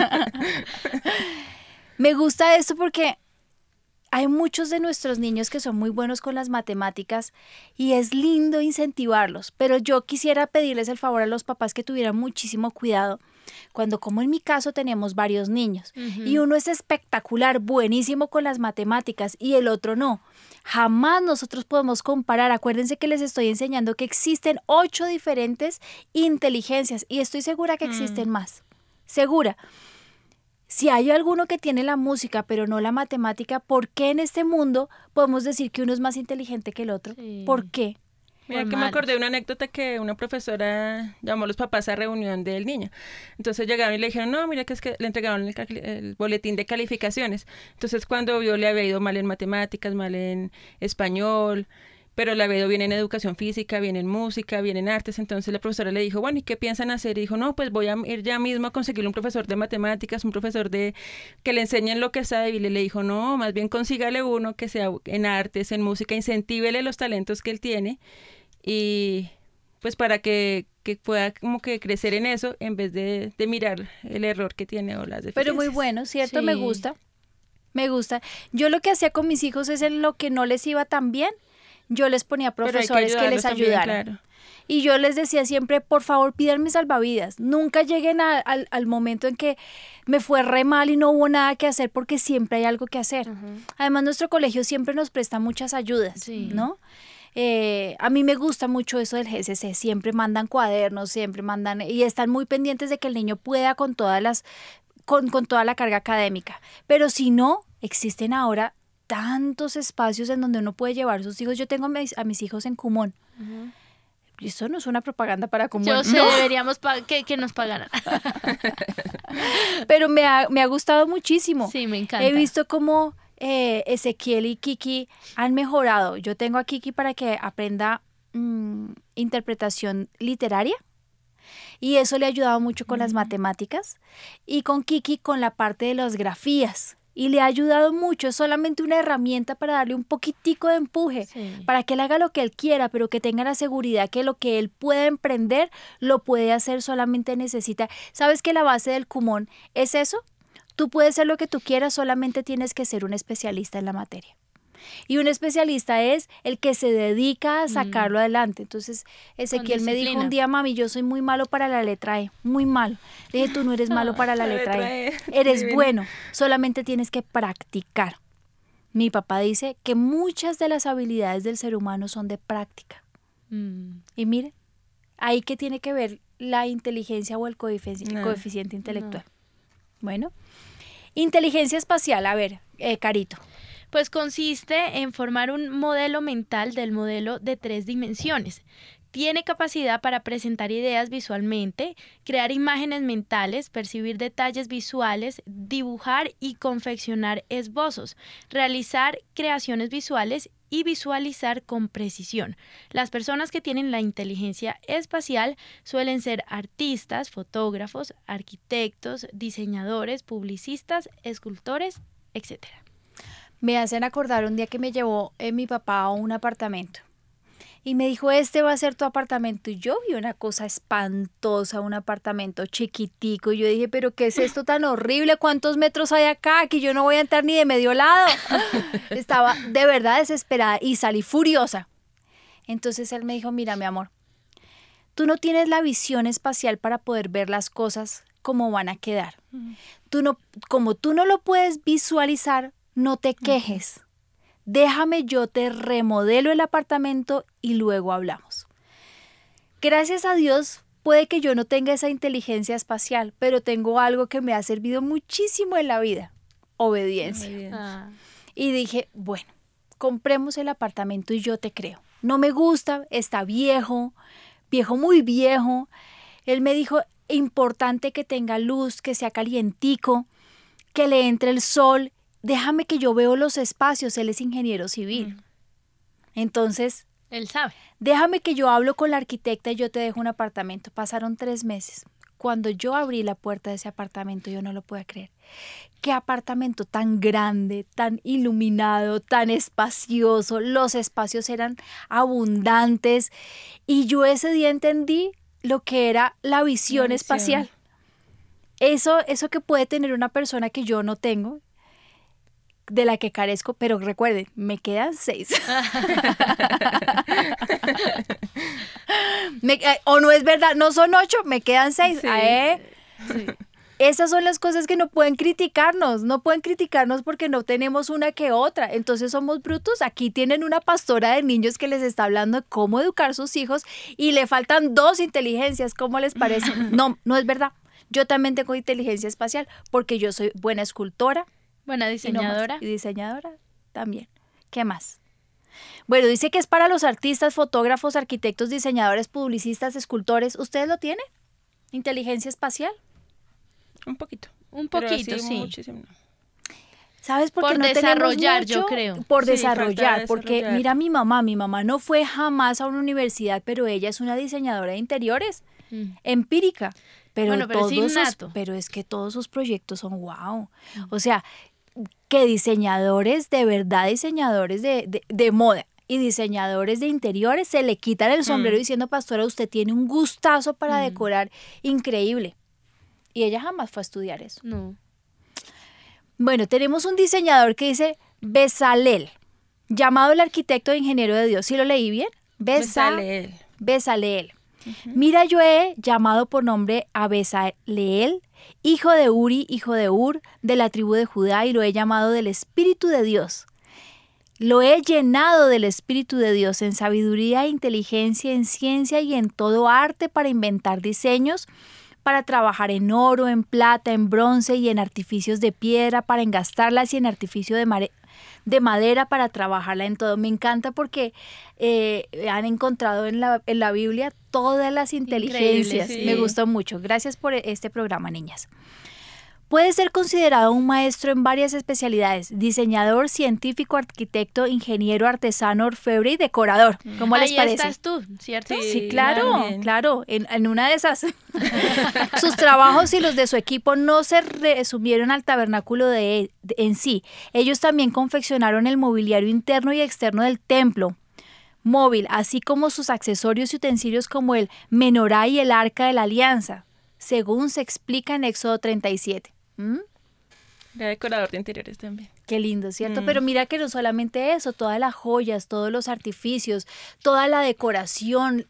Me gusta esto porque hay muchos de nuestros niños que son muy buenos con las matemáticas y es lindo incentivarlos, pero yo quisiera pedirles el favor a los papás que tuvieran muchísimo cuidado cuando, como en mi caso, tenemos varios niños y uno es espectacular, buenísimo con las matemáticas y el otro no. Jamás nosotros podemos comparar. Acuérdense que les estoy enseñando que existen 8 diferentes inteligencias y estoy segura que existen más. Segura. Si hay alguno que tiene la música pero no la matemática, ¿por qué en este mundo podemos decir que uno es más inteligente que el otro? Sí. ¿Por qué? Mira que me acordé de una anécdota que una profesora llamó a los papás a reunión del niño. Entonces llegaron y le dijeron, no, mira que es que le entregaron el boletín de calificaciones. Entonces cuando vio le había ido mal en matemáticas, mal en español, pero le había ido bien en educación física, bien en música, bien en artes. Entonces la profesora le dijo, bueno, ¿y qué piensan hacer? Y dijo, no, pues voy a ir ya mismo a conseguirle un profesor de matemáticas, un profesor que le enseñen lo que sabe. Y le dijo, no, más bien consígale uno que sea en artes, en música, incentívele los talentos que él tiene. Y pues para que pueda como que crecer en eso en vez de mirar el error que tiene o las deficiencias. Pero muy bueno, ¿cierto? Sí. Me gusta. Yo lo que hacía con mis hijos es en lo que no les iba tan bien, yo les ponía profesores que les ayudaran. Claro. Y yo les decía siempre, por favor, pídanme salvavidas. Nunca lleguen al momento en que me fue re mal y no hubo nada que hacer, porque siempre hay algo que hacer. Además, nuestro colegio siempre nos presta muchas ayudas, Sí. ¿no? A mí me gusta mucho eso del GCC, siempre mandan cuadernos, siempre mandan, y están muy pendientes de que el niño pueda con toda la carga académica. Pero si no, existen ahora tantos espacios en donde uno puede llevar a sus hijos. Yo tengo a mis hijos en Kumon. Esto no es una propaganda para Kumon. Yo sé, No. deberíamos que nos pagaran. Pero me ha gustado muchísimo. Sí, me encanta. He visto cómo Ezequiel y Kiki han mejorado. Yo tengo a Kiki para que aprenda interpretación literaria. Y eso le ha ayudado mucho con las matemáticas. Y con Kiki con la parte de las grafías. Y le ha ayudado mucho. Es solamente una herramienta para darle un poquitico de empuje. Sí. Para que él haga lo que él quiera, pero que tenga la seguridad que lo que él pueda emprender, lo puede hacer, solamente necesita. ¿Sabes que la base del Kumon es eso? Tú puedes ser lo que tú quieras, solamente tienes que ser un especialista en la materia. Y un especialista es el que se dedica a sacarlo adelante. Entonces, Ezequiel me dijo disciplina. un día, mami, yo soy muy malo para la letra E, muy malo. Le dije, tú no eres malo para la letra E, eres Divino. bueno, solamente tienes que practicar. Mi papá dice que muchas de las habilidades del ser humano son de práctica. Y mire, ahí que tiene que ver la inteligencia o el coeficiente intelectual. Bueno, inteligencia espacial, a ver, Carito. Pues consiste en formar un modelo mental del modelo de 3 dimensiones. Tiene capacidad para presentar ideas visualmente, crear imágenes mentales, percibir detalles visuales, dibujar y confeccionar esbozos, realizar creaciones visuales y visualizar con precisión. Las personas que tienen la inteligencia espacial suelen ser artistas, fotógrafos, arquitectos, diseñadores, publicistas, escultores, etc. Me hacen acordar un día que me llevó mi papá a un apartamento y me dijo, este va a ser tu apartamento. Y yo vi una cosa espantosa, un apartamento chiquitico, y yo dije, pero ¿qué es esto tan horrible? ¿Cuántos metros hay acá? Que yo no voy a entrar ni de medio lado. Estaba de verdad desesperada y salí furiosa. Entonces él me dijo, mira, mi amor, tú no tienes la visión espacial para poder ver las cosas como van a quedar. Como tú no lo puedes visualizar, no te quejes. Déjame, yo te remodelo el apartamento y luego hablamos. Gracias a Dios, puede que yo no tenga esa inteligencia espacial, pero tengo algo que me ha servido muchísimo en la vida: obediencia. Y dije, bueno, compremos el apartamento y yo te creo. No me gusta, está viejo, muy viejo. Él me dijo, importante que tenga luz, que sea calientico, que le entre el sol. Déjame que yo veo los espacios, él es ingeniero civil. Entonces, Él sabe. déjame que yo hablo con la arquitecta y yo te dejo un apartamento. Pasaron 3 meses. Cuando yo abrí la puerta de ese apartamento, yo no lo podía creer. Qué apartamento tan grande, tan iluminado, tan espacioso. Los espacios eran abundantes. Y yo ese día entendí lo que era la visión espacial. Eso que puede tener una persona que yo no tengo, de la que carezco, pero recuerden, me quedan 6. O no es verdad, no son 8, me quedan 6. Sí. Sí. Esas son las cosas que no pueden criticarnos porque no tenemos una que otra. Entonces somos brutos. Aquí tienen una pastora de niños que les está hablando de cómo educar sus hijos y le faltan 2 inteligencias. ¿Cómo les parece? No, no es verdad. Yo también tengo inteligencia espacial porque yo soy buena escultora. Buena Y no más. diseñadora. Y diseñadora también. ¿Qué más? Bueno, dice que es para los artistas, fotógrafos, arquitectos, diseñadores, publicistas, escultores. ¿Ustedes lo tienen? ¿Inteligencia espacial? Un poquito. Un Pero poquito, así sí. muchísimo no. ¿Sabes por qué Por no tenemos desarrollar, mucho? yo creo. Por Sí, falta desarrollar, porque desarrollar. mira mi mamá no fue jamás a una universidad, pero ella es una diseñadora de interiores, empírica. Pero, Bueno, pero es innato. pero es que todos sus proyectos son wow. O sea, que diseñadores, de verdad diseñadores de moda y diseñadores de interiores se le quitan el sombrero diciendo, pastora, usted tiene un gustazo para decorar increíble. Y ella jamás fue a estudiar eso. No. Bueno, tenemos un diseñador que dice Bezalel, llamado el arquitecto e ingeniero de Dios. ¿Sí lo leí bien? Bezaleel. Bezaleel. Mira, yo he llamado por nombre a Bezaleel, hijo de Uri, hijo de Ur, de la tribu de Judá, y lo he llamado del Espíritu de Dios. Lo he llenado del Espíritu de Dios en sabiduría, inteligencia, en ciencia y en todo arte para inventar diseños, para trabajar en oro, en plata, en bronce y en artificios de piedra, para engastarlas y en artificio de madera para trabajarla en todo. Me encanta porque han encontrado en la Biblia todas las inteligencias. sí. Me gustó mucho. Gracias por este programa, niñas. Puede ser considerado un maestro en varias especialidades: diseñador, científico, arquitecto, ingeniero, artesano, orfebre y decorador. ¿Cómo les Ahí parece? estás tú, ¿cierto? Sí, claro, también. claro, en una de esas. Sus trabajos y los de su equipo no se resumieron al tabernáculo en sí. Ellos también confeccionaron el mobiliario interno y externo del templo móvil, así como sus accesorios y utensilios como el menorá y el arca de la alianza, según se explica en Éxodo 37. Era decorador de interiores también. Qué lindo, ¿cierto? Pero mira que no solamente eso, todas las joyas, todos los artificios, toda la decoración,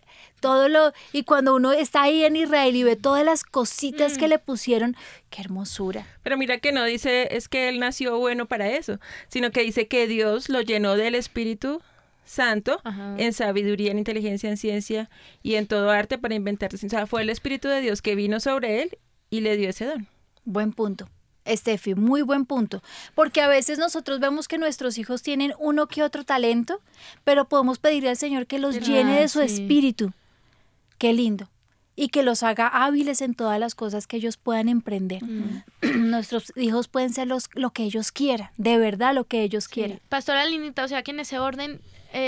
y cuando uno está ahí en Israel y ve todas las cositas que le pusieron, qué hermosura. Pero mira que no dice es que él nació bueno para eso, sino que dice que Dios lo llenó del Espíritu Santo en sabiduría, en inteligencia, en ciencia y en todo arte para inventar. O sea, fue el Espíritu de Dios que vino sobre él y le dio ese don. Buen punto. Estefi, muy buen punto, porque a veces nosotros vemos que nuestros hijos tienen uno que otro talento, pero podemos pedirle al Señor que los llene de su espíritu. Qué lindo. Y que los haga hábiles en todas las cosas que ellos puedan emprender. Nuestros hijos pueden ser lo que ellos quieran, de verdad lo que ellos quieran. Pastora Linita, o sea que en ese orden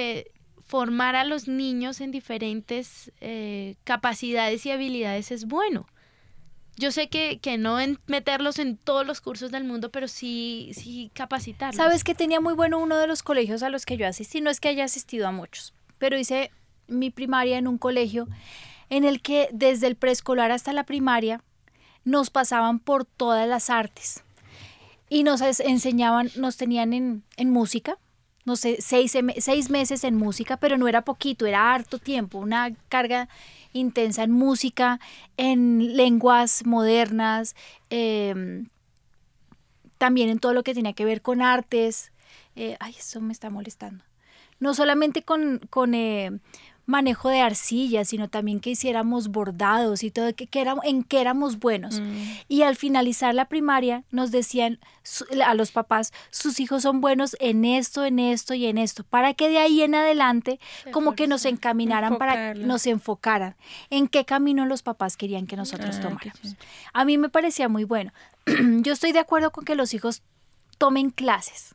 formar a los niños en diferentes capacidades y habilidades es bueno. Yo sé que no meterlos en todos los cursos del mundo, pero sí capacitarlos. ¿Sabes que tenía muy bueno uno de los colegios a los que yo asistí? No es que haya asistido a muchos, pero hice mi primaria en un colegio en el que desde el preescolar hasta la primaria nos pasaban por todas las artes y nos enseñaban, nos tenían en música, no sé, 6 meses en música, pero no era poquito, era harto tiempo, una carga intensa en música, en lenguas modernas, también en todo lo que tenía que ver con artes. Eso me está molestando. No solamente con manejo de arcilla, sino también que hiciéramos bordados y todo, en qué éramos buenos. Y al finalizar la primaria nos decían a los papás, sus hijos son buenos en esto y en esto, para que de ahí en adelante como que nos encaminaran, para nos enfocaran en qué camino los papás querían que nosotros tomáramos. A mí me parecía muy bueno. Yo estoy de acuerdo con que los hijos tomen clases,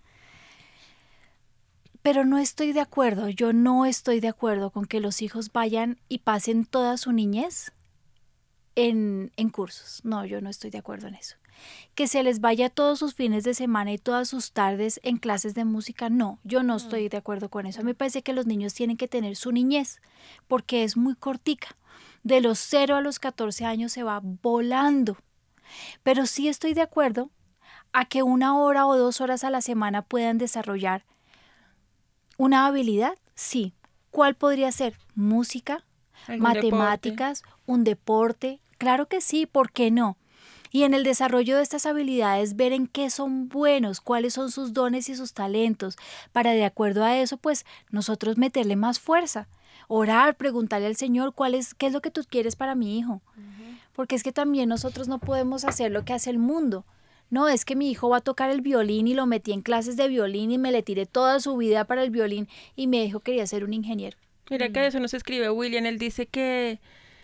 pero no estoy de acuerdo, yo no estoy de acuerdo con que los hijos vayan y pasen toda su niñez en cursos. No, yo no estoy de acuerdo en eso. Que se les vaya todos sus fines de semana y todas sus tardes en clases de música, no, yo no estoy de acuerdo con eso. A mí me parece que los niños tienen que tener su niñez, porque es muy cortica. De los 0 a los 14 años se va volando. Pero sí estoy de acuerdo a que 1 hora o 2 horas a la semana puedan desarrollar una habilidad, sí. ¿Cuál podría ser? Música, matemáticas, un deporte. Claro que sí, ¿por qué no? Y en el desarrollo de estas habilidades, ver en qué son buenos, cuáles son sus dones y sus talentos, para de acuerdo a eso, pues nosotros meterle más fuerza. Orar, preguntarle al Señor qué es lo que tú quieres para mi hijo. Porque es que también nosotros no podemos hacer lo que hace el mundo. No, es que mi hijo va a tocar el violín y lo metí en clases de violín y me le tiré toda su vida para el violín y mi hijo quería ser un ingeniero. Mira que eso nos escribe William, él dice que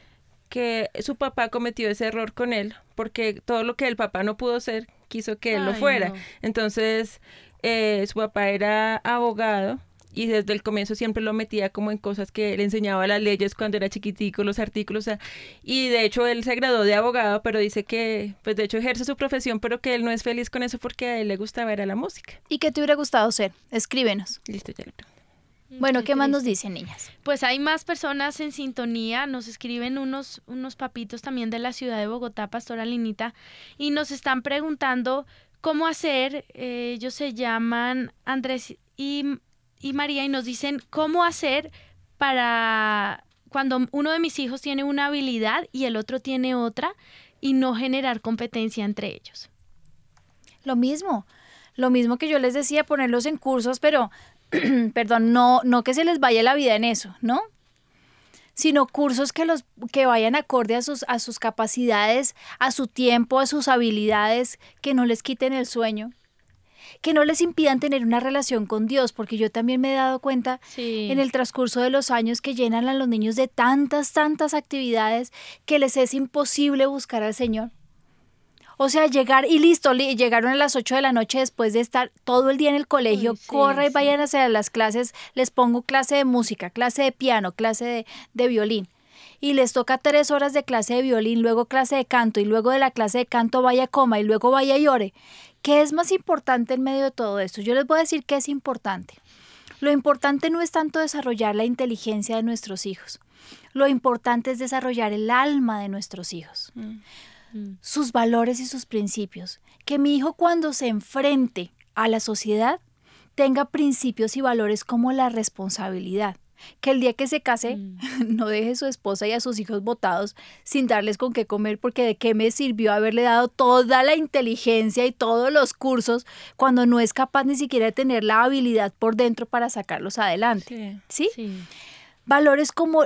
su papá cometió ese error con él, porque todo lo que el papá no pudo ser, quiso que él lo fuera. No. Entonces, su papá era abogado y desde el comienzo siempre lo metía como en cosas que le enseñaba las leyes cuando era chiquitico, los artículos, y de hecho él se graduó de abogado, pero dice que, pues de hecho ejerce su profesión, pero que él no es feliz con eso porque a él le gustaba era la música. ¿Y qué te hubiera gustado ser? Escríbenos. Listo, ya le pregunto. Bueno, ¿qué más nos triste. dicen, niñas? Pues hay más personas en sintonía, nos escriben unos papitos también de la ciudad de Bogotá, Pastora Linita, y nos están preguntando cómo hacer, ellos se llaman Andrés y María, y nos dicen cómo hacer para cuando uno de mis hijos tiene una habilidad y el otro tiene otra, y no generar competencia entre ellos. Lo mismo que yo les decía, ponerlos en cursos, pero, perdón, no que se les vaya la vida en eso, ¿no? Sino cursos que vayan acorde a sus capacidades, a su tiempo, a sus habilidades, que no les quiten el sueño, que no les impidan tener una relación con Dios, porque yo también me he dado cuenta Sí. en el transcurso de los años que llenan a los niños de tantas actividades que les es imposible buscar al Señor. O sea, llegar y listo, llegaron a las 8 de la noche después de estar todo el día en el colegio, Uy, sí, corra y sí. vayan a hacer las clases, les pongo clase de música, clase de piano, clase de violín. Y les toca 3 horas de clase de violín, luego clase de canto, y luego de la clase de canto vaya a coma, y luego vaya y ore. ¿Qué es más importante en medio de todo esto? Yo les voy a decir qué es importante. Lo importante no es tanto desarrollar la inteligencia de nuestros hijos. Lo importante es desarrollar el alma de nuestros hijos. Sus valores y sus principios. Que mi hijo cuando se enfrente a la sociedad tenga principios y valores como la responsabilidad. Que el día que se case no deje a su esposa y a sus hijos botados sin darles con qué comer, porque de qué me sirvió haberle dado toda la inteligencia y todos los cursos cuando no es capaz ni siquiera de tener la habilidad por dentro para sacarlos adelante. ¿Sí? Sí. Valores como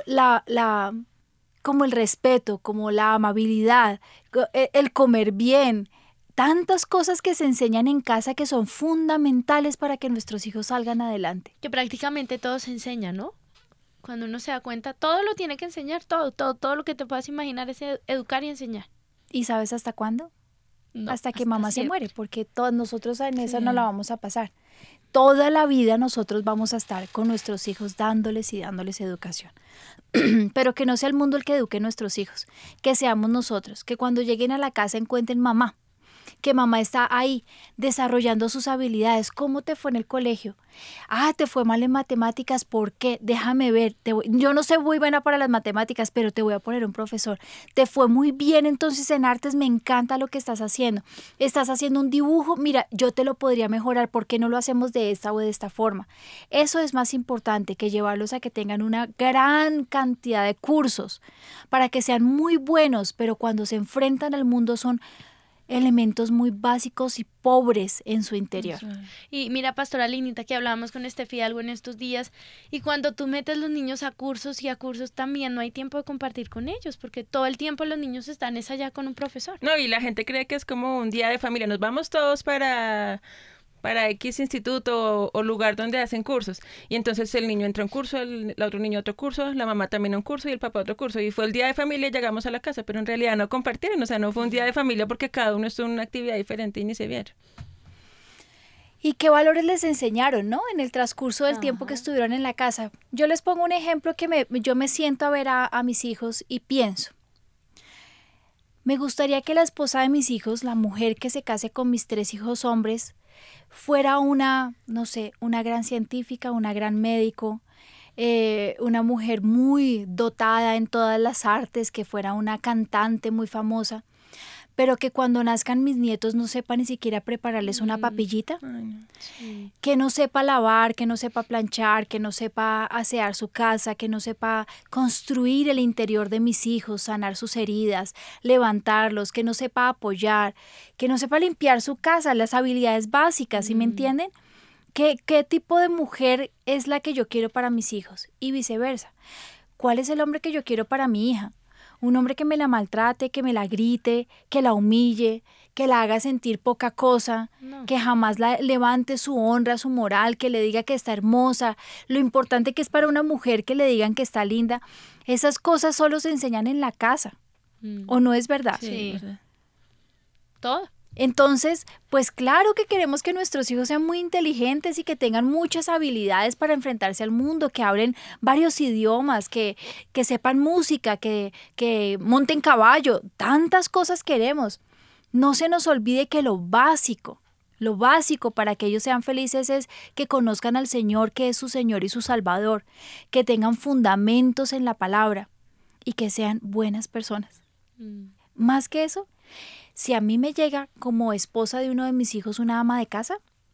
como el respeto, como la amabilidad, el comer bien, tantas cosas que se enseñan en casa que son fundamentales para que nuestros hijos salgan adelante. Que prácticamente todo se enseña, ¿no? Cuando uno se da cuenta, todo lo tiene que enseñar, todo lo que te puedas imaginar es educar y enseñar. ¿Y sabes hasta cuándo? No, Hasta que mamá se siempre. muere, porque todos nosotros en esa Sí. no la vamos a pasar. Toda la vida nosotros vamos a estar con nuestros hijos dándoles y dándoles educación. Pero que no sea el mundo el que eduque a nuestros hijos, que seamos nosotros, que cuando lleguen a la casa encuentren mamá, que mamá está ahí desarrollando sus habilidades. ¿Cómo te fue en el colegio? Ah, te fue mal en matemáticas, ¿por qué? Déjame ver, yo no soy muy buena para las matemáticas, pero te voy a poner un profesor. Te fue muy bien entonces en artes, me encanta lo que estás haciendo. Estás haciendo un dibujo, mira, yo te lo podría mejorar, ¿por qué no lo hacemos de esta o de esta forma? Eso es más importante que llevarlos a que tengan una gran cantidad de cursos para que sean muy buenos, pero cuando se enfrentan al mundo son elementos muy básicos y pobres en su interior. Y mira, Pastora Linita, que hablábamos con Estefi algo en estos días, y cuando tú metes los niños a cursos y a cursos también no hay tiempo de compartir con ellos, porque todo el tiempo los niños están allá con un profesor. No, y la gente cree que es como un día de familia, nos vamos todos para X instituto o lugar donde hacen cursos. Y entonces el niño entra a un curso, el otro niño a otro curso, la mamá también a un curso y el papá a otro curso. Y fue el día de familia y llegamos a la casa, pero en realidad no compartieron, o sea, no fue un día de familia porque cada uno estuvo en una actividad diferente y ni se vieron. ¿Y qué valores les enseñaron, no? En el transcurso del tiempo que estuvieron en la casa. Yo les pongo un ejemplo que yo me siento a ver a mis hijos y pienso. Me gustaría que la esposa de mis hijos, la mujer que se case con mis 3 hijos hombres, fuera una, no sé, una gran científica, una gran médico, una mujer muy dotada en todas las artes, que fuera una cantante muy famosa, pero que cuando nazcan mis nietos no sepa ni siquiera prepararles una papillita, Ay, no. Sí. que no sepa lavar, que no sepa planchar, que no sepa asear su casa, que no sepa construir el interior de mis hijos, sanar sus heridas, levantarlos, que no sepa apoyar, que no sepa limpiar su casa, las habilidades básicas, ¿sí me entienden? ¿Qué tipo de mujer es la que yo quiero para mis hijos? Y viceversa. ¿Cuál es el hombre que yo quiero para mi hija? Un hombre que me la maltrate, que me la grite, que la humille, que la haga sentir poca cosa, No. que jamás la levante su honra, su moral, que le diga que está hermosa, lo importante que es para una mujer que le digan que está linda. Esas cosas solo se enseñan en la casa, ¿o no es verdad? Sí. ¿verdad? Todo. Entonces, pues claro que queremos que nuestros hijos sean muy inteligentes y que tengan muchas habilidades para enfrentarse al mundo, que hablen varios idiomas, que sepan música, que monten caballo, tantas cosas queremos. No se nos olvide que lo básico para que ellos sean felices es que conozcan al Señor, que es su Señor y su Salvador, que tengan fundamentos en la palabra y que sean buenas personas. Más que eso, si a mí me llega como esposa de uno de mis hijos una ama de casa,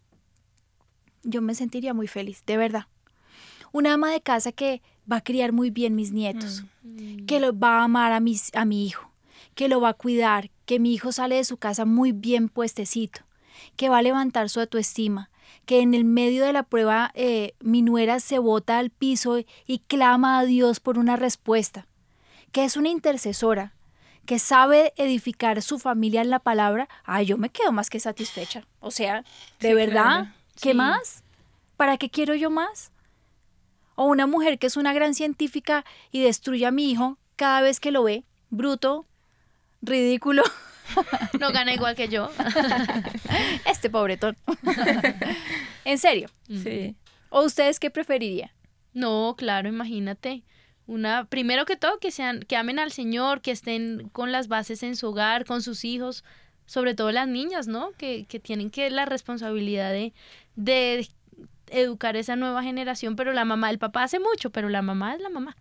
yo me sentiría muy feliz, de verdad. Una ama de casa que va a criar muy bien mis nietos, que lo va a amar a mi hijo, que lo va a cuidar, que mi hijo sale de su casa muy bien puestecito, que va a levantar su autoestima, que en el medio de la prueba mi nuera se bota al piso y clama a Dios por una respuesta, que es una intercesora, que sabe edificar su familia en la palabra. Yo me quedo más que satisfecha. O sea, ¿de Sí, verdad? claro. ¿Qué más? ¿Para qué quiero yo más? O una mujer que es una gran científica y destruye a mi hijo cada vez que lo ve, bruto, ridículo. No gana igual que yo. Este pobretón. En serio. Sí. ¿O ustedes qué preferirían? No, claro, imagínate. Primero que todo, que amen al Señor, que estén con las bases en su hogar, con sus hijos, sobre todo las niñas, ¿no? Que tienen la responsabilidad de educar esa nueva generación, pero la mamá, el papá hace mucho, pero la mamá es la mamá.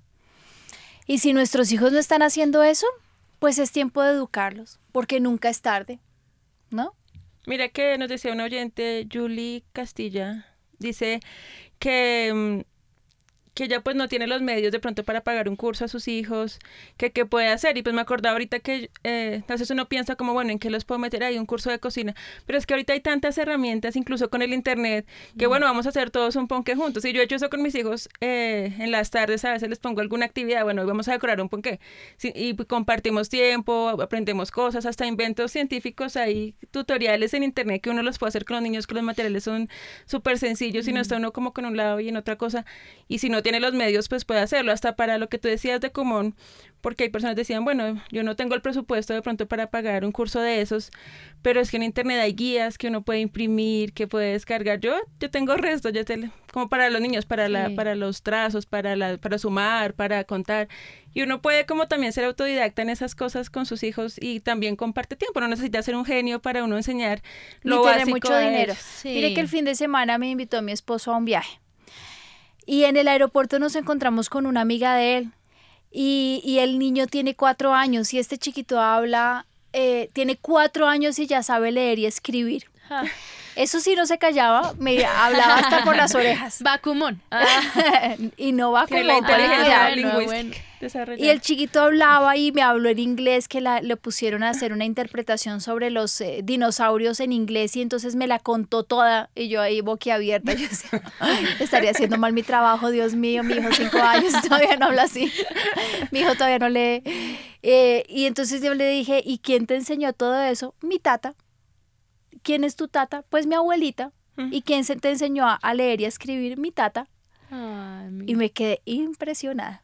Y si nuestros hijos no están haciendo eso, pues es tiempo de educarlos, porque nunca es tarde, ¿no? Mira que nos decía una oyente, Julie Castilla, dice que ella pues no tiene los medios de pronto para pagar un curso a sus hijos, que qué puede hacer. Y pues me acordaba ahorita que entonces uno piensa como, bueno, ¿en qué los puedo meter ahí? Un curso de cocina. Pero es que ahorita hay tantas herramientas, incluso con el internet, que bueno, vamos a hacer todos un ponqué juntos. Y yo he hecho eso con mis hijos en las tardes, a veces les pongo alguna actividad, bueno, hoy vamos a decorar un ponqué. Sí, y compartimos tiempo, aprendemos cosas, hasta inventos científicos, hay tutoriales en internet que uno los puede hacer con los niños, que los materiales son súper sencillos y no está uno como con un lado y en otra cosa. Y si no tiene los medios, pues puede hacerlo, hasta para lo que tú decías de común, porque hay personas que decían, bueno, yo no tengo el presupuesto de pronto para pagar un curso de esos, pero es que en internet hay guías que uno puede imprimir, que puede descargar. Yo tengo restos, como para los niños, para los trazos, para sumar, para contar, y uno puede como también ser autodidacta en esas cosas con sus hijos y también comparte tiempo, no necesita ser un genio para uno enseñar lo Ni tener básico mucho de dinero. ellos. Sí. Mire que el fin de semana me invitó mi esposo a un viaje. Y en el aeropuerto nos encontramos con una amiga de él. Y el niño tiene 4 años y este chiquito tiene 4 años y ya sabe leer y escribir. Ja. Eso sí no se callaba, me hablaba hasta por las orejas. Bakumon. Y no va como Tiene la inteligencia para lingüística bueno. desarrollada. Y el chiquito hablaba y me habló en inglés, que le pusieron a hacer una interpretación sobre los dinosaurios en inglés y entonces me la contó toda y yo ahí boquiabierta. Yo decía, estaría haciendo mal mi trabajo, Dios mío, mi hijo 5 años todavía no habla así, mi hijo todavía no lee. Y entonces yo le dije, ¿y quién te enseñó todo eso? Mi tata. ¿Quién es tu tata? Pues mi abuelita. ¿Y quién te enseñó a leer y a escribir? Mi tata. Ay, Y me quedé impresionada.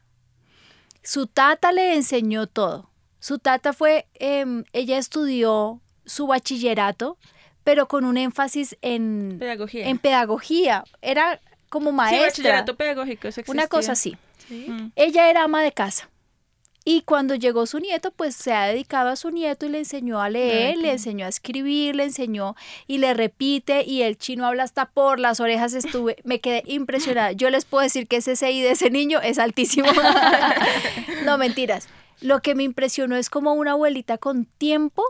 Su tata le enseñó todo. Su tata ella estudió su bachillerato, pero con un énfasis en pedagogía. Era como maestra. Sí, bachillerato pedagógico, eso existía. Una cosa así. ¿sí? Ella era ama de casa. Y cuando llegó su nieto, pues se ha dedicado a su nieto y le enseñó a leer, le enseñó a escribir, le enseñó y le repite y el chino habla hasta por las orejas. Me quedé impresionada. Yo les puedo decir que ese CI de ese niño es altísimo. No, mentiras. Lo que me impresionó es como una abuelita con tiempo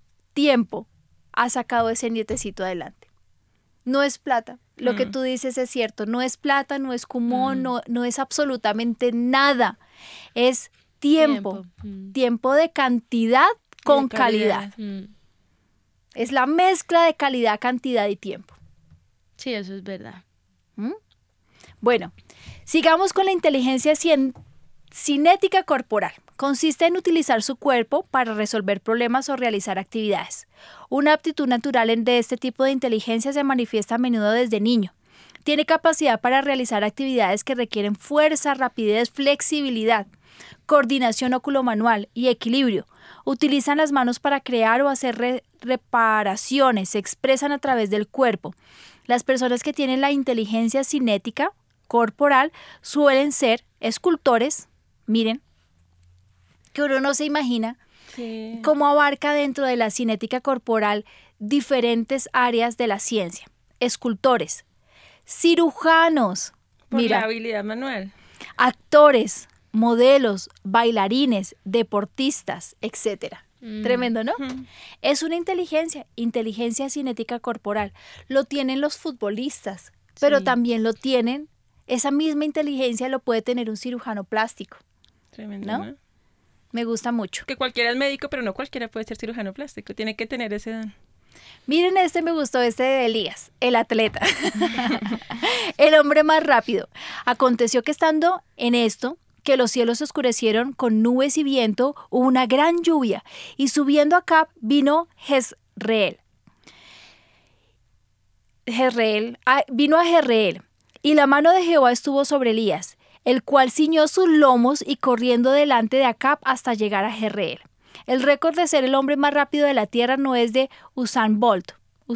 ha sacado ese nietecito adelante. No es plata. Lo que tú dices es cierto. No es plata, no es cumón, no es absolutamente nada. Es tiempo de cantidad con calidad. Es la mezcla de calidad, cantidad y tiempo. Sí, eso es verdad. Bueno, sigamos con la inteligencia Cinética corporal. Consiste en utilizar su cuerpo para resolver problemas o realizar actividades. Una aptitud natural de este tipo de inteligencia se manifiesta a menudo desde niño. Tiene capacidad para realizar actividades que requieren fuerza, rapidez, flexibilidad, coordinación oculomanual y equilibrio. Utilizan las manos para crear o hacer reparaciones, se expresan a través del cuerpo. Las personas que tienen la inteligencia cinética corporal suelen ser escultores, miren, que uno no se imagina cómo abarca dentro de la cinética corporal diferentes áreas de la ciencia. Escultores, cirujanos, Por la habilidad manual. actores, modelos, bailarines, deportistas, etcétera. Tremendo, ¿no? Es una inteligencia cinética corporal. Lo tienen los futbolistas, pero también lo tienen, esa misma inteligencia lo puede tener un cirujano plástico. Tremendo, ¿no? Me gusta mucho. Que cualquiera es médico, pero no cualquiera puede ser cirujano plástico. Tiene que tener ese don. Miren, me gustó de Elías, el atleta. El hombre más rápido. Aconteció que estando en esto, que los cielos se oscurecieron con nubes y viento, hubo una gran lluvia, y subiendo a Acab vino Jezreel. Vino a Jezreel, y la mano de Jehová estuvo sobre Elías, el cual ciñó sus lomos y corriendo delante de Acab hasta llegar a Jezreel. El récord de ser el hombre más rápido de la tierra no es de Usain Bolt,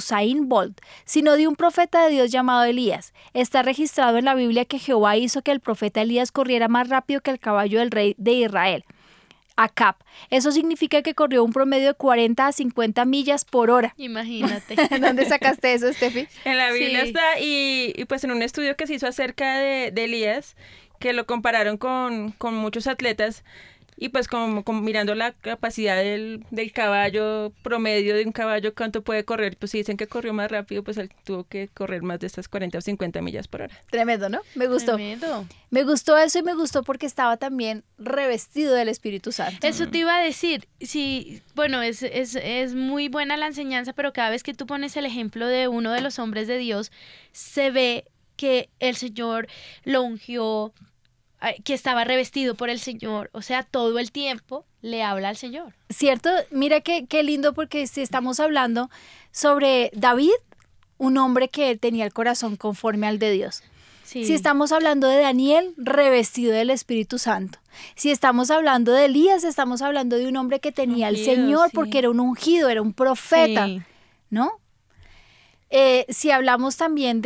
sino de un profeta de Dios llamado Elías. Está registrado en la Biblia que Jehová hizo que el profeta Elías corriera más rápido que el caballo del rey de Israel, Acab. Eso significa que corrió un promedio de 40 a 50 millas por hora. Imagínate. ¿Dónde sacaste eso, Steffi? En la Biblia Sí. está, y pues en un estudio que se hizo acerca de Elías, que lo compararon con muchos atletas, y pues como mirando la capacidad del caballo, promedio de un caballo, cuánto puede correr, pues si dicen que corrió más rápido, pues él tuvo que correr más de estas 40 o 50 millas por hora. Tremendo, ¿no? Me gustó. Tremendo. Me gustó eso y me gustó porque estaba también revestido del Espíritu Santo. Eso te iba a decir, sí, bueno, es muy buena la enseñanza, pero cada vez que tú pones el ejemplo de uno de los hombres de Dios, se ve que el Señor lo ungió, que estaba revestido por el Señor, o sea, todo el tiempo le habla al Señor. ¿Cierto? Mira qué lindo porque si estamos hablando sobre David, un hombre que tenía el corazón conforme al de Dios. Sí. Si estamos hablando de Daniel, revestido del Espíritu Santo. Si estamos hablando de Elías, estamos hablando de un hombre que tenía al Ungido, Señor sí. porque era un ungido, era un profeta, Sí. ¿no? Si hablamos también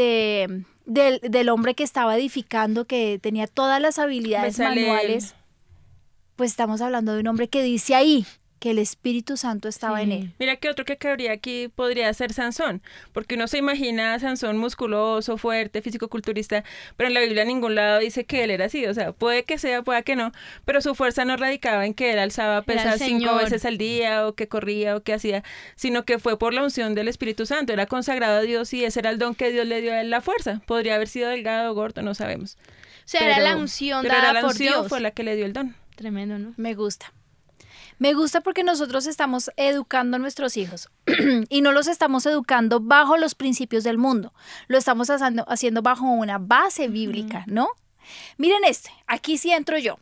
del hombre que estaba edificando, que tenía todas las habilidades Bezalel. manuales, pues estamos hablando de un hombre que dice ahí que el Espíritu Santo estaba en él. Mira que otro que cabría aquí podría ser Sansón, porque uno se imagina a Sansón musculoso, fuerte, físico-culturista, pero en la Biblia en ningún lado dice que él era así, o sea, puede que sea, puede que no, pero su fuerza no radicaba en que él alzaba pesas 5 Señor. veces al día, o que corría, o que hacía, sino que fue por la unción del Espíritu Santo, era consagrado a Dios y ese era el don que Dios le dio a él, la fuerza. Podría haber sido delgado o gordo, no sabemos. O sea, era la unción pero dada era la por unción, Dios. fue la que le dio el don. Tremendo, ¿no? Me gusta. Me gusta porque nosotros estamos educando a nuestros hijos y no los estamos educando bajo los principios del mundo. Lo estamos haciendo bajo una base bíblica, ¿no? Miren aquí sí entro yo.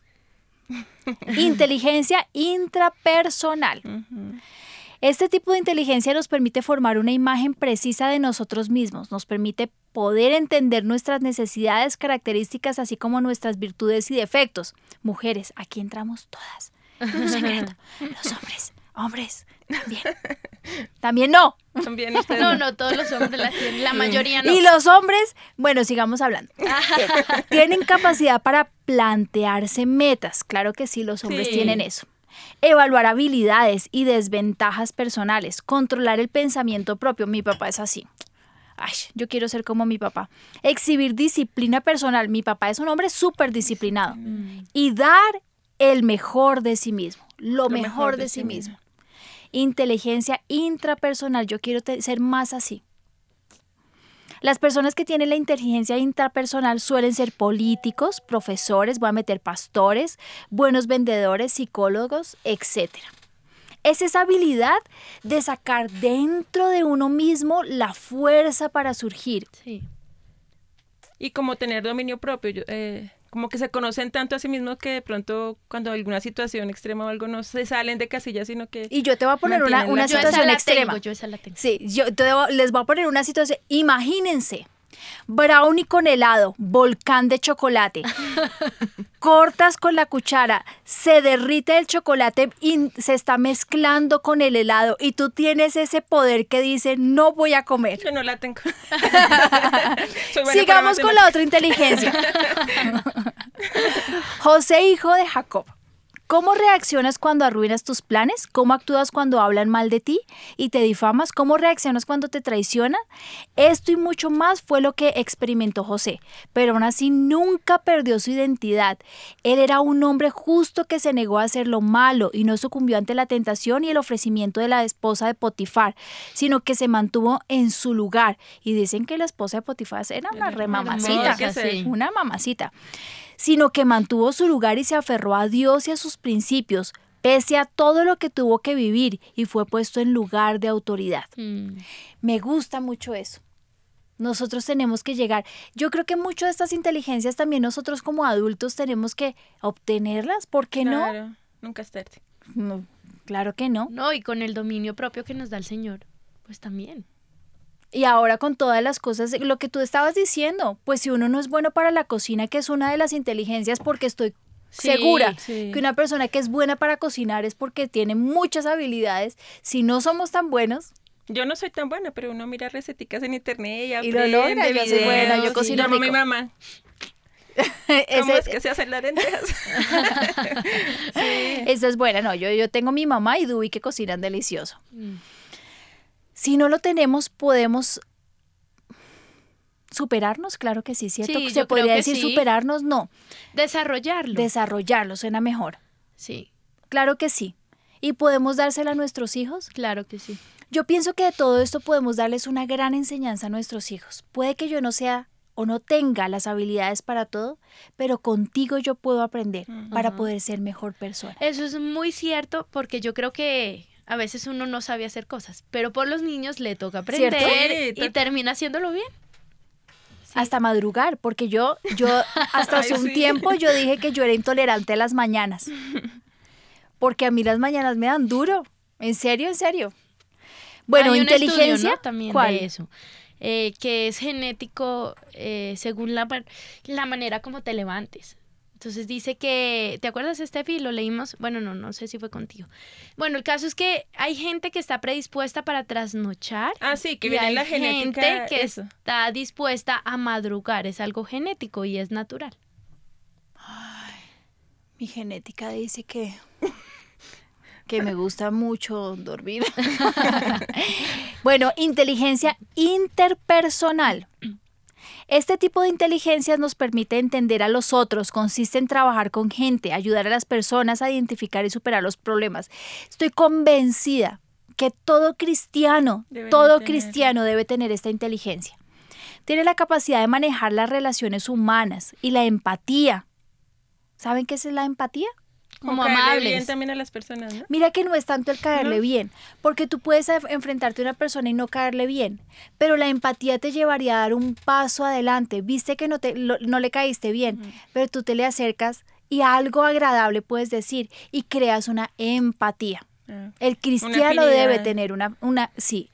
Inteligencia intrapersonal. Este tipo de inteligencia nos permite formar una imagen precisa de nosotros mismos, nos permite poder entender nuestras necesidades, características, así como nuestras virtudes y defectos. Mujeres, aquí entramos todas. Un secreto. Los hombres, también. También no. También ustedes No, todos los hombres la tienen, la mayoría no. Y los hombres, bueno, sigamos hablando. Tienen capacidad para plantearse metas. Claro que sí, los hombres Sí. tienen eso. Evaluar habilidades y desventajas personales. Controlar el pensamiento propio. Mi papá es así. Ay, yo quiero ser como mi papá. Exhibir disciplina personal. Mi papá es un hombre súper disciplinado. Y dar el mejor de sí mismo. Lo mejor de sí mismo. Inteligencia intrapersonal. Yo quiero ser más así. Las personas que tienen la inteligencia intrapersonal suelen ser políticos, profesores, voy a meter pastores, buenos vendedores, psicólogos, etc. Es esa habilidad de sacar dentro de uno mismo la fuerza para surgir. Sí. Y como tener dominio propio, como que se conocen tanto a sí mismos que de pronto cuando alguna situación extrema o algo no se salen de casillas, sino que... Y yo te voy a poner una mantienen la- situación extrema. Yo esa la tengo. Sí, les voy a poner una situación. Imagínense, brownie con helado, volcán de chocolate. Cortas con la cuchara, se derrite el chocolate y se está mezclando con el helado y tú tienes ese poder que dice no voy a comer. Yo no la tengo. Soy buena Sigamos para con la otra inteligencia. José, hijo de Jacob. ¿Cómo reaccionas cuando arruinas tus planes? ¿Cómo actúas cuando hablan mal de ti y te difamas? ¿Cómo reaccionas cuando te traicionan? Esto y mucho más fue lo que experimentó José, pero aún así nunca perdió su identidad. Él era un hombre justo que se negó a hacer lo malo y no sucumbió ante la tentación y el ofrecimiento de la esposa de Potifar, sino que se mantuvo en su lugar. Y dicen que la esposa de Potifar era una remamacita, hermosa, sí. una mamacita, sino que mantuvo su lugar y se aferró a Dios y a sus principios, pese a todo lo que tuvo que vivir y fue puesto en lugar de autoridad. Me gusta mucho eso. Nosotros tenemos que llegar. Yo creo que muchas de estas inteligencias también nosotros como adultos tenemos que obtenerlas. ¿Por qué Claro, nunca es tarde. no? No, claro que no. No, y con el dominio propio que nos da el Señor, pues también. Y ahora con todas las cosas, lo que tú estabas diciendo, pues si uno no es bueno para la cocina, que es una de las inteligencias, porque estoy Sí, segura sí. que una persona que es buena para cocinar es porque tiene muchas habilidades. Si no somos tan buenos, Yo no soy tan buena, pero uno mira receticas en internet y Y lo aprende logra, yo soy buena, yo videos, cocino llamo a mi rico. mamá. ¿Cómo es que se hacen las lentejas? esa es buena. No, yo tengo mi mamá y Dewey que cocinan delicioso. Mm. Si no lo tenemos, podemos superarnos, claro que sí, ¿cierto? Sí, ¿Se yo creo podría que decir sí. superarnos? No, Desarrollarlo. desarrollarlo suena mejor. Sí, Claro que sí. ¿Y podemos dársela a nuestros hijos? claro que sí. Yo pienso que de todo esto podemos darles una gran enseñanza a nuestros hijos. Puede que yo no sea o no tenga las habilidades para todo, pero contigo yo puedo aprender para poder ser mejor persona. Eso es muy cierto porque yo creo que a veces uno no sabe hacer cosas, pero por los niños le toca aprender ¿Cierto? Sí, y termina haciéndolo bien. Hasta madrugar, porque yo hasta hace Ay, un sí. tiempo yo dije que yo era intolerante a las mañanas. Porque a mí las mañanas me dan duro. En serio, en serio. Bueno, Hay un inteligencia. estudio, ¿no? También ¿Cuál? de eso, que es genético según la manera como te levantes. Entonces dice que, ¿te acuerdas, Steffi? Lo leímos, bueno, no sé si fue contigo. Bueno, el caso es que hay gente que está predispuesta para trasnochar. Ah, sí, que y viene hay la genética. gente que eso. está dispuesta a madrugar. Es algo genético y es natural. Mi genética dice que me gusta mucho dormir. Bueno, inteligencia interpersonal. Este tipo de inteligencias nos permite entender a los otros, consiste en trabajar con gente, ayudar a las personas a identificar y superar los problemas. Estoy convencida que todo cristiano debe tener esta inteligencia. Tiene la capacidad de manejar las relaciones humanas y la empatía. ¿Saben qué es la empatía? Como caerle amables. bien también a las personas, ¿no? Mira que no es tanto el caerle ¿No? bien, porque tú puedes enfrentarte a una persona y no caerle bien, pero la empatía te llevaría a dar un paso adelante. Viste que no le caíste bien, pero tú te le acercas y algo agradable puedes decir y creas una empatía. Ah. El cristiano afinidad. debe tener sí.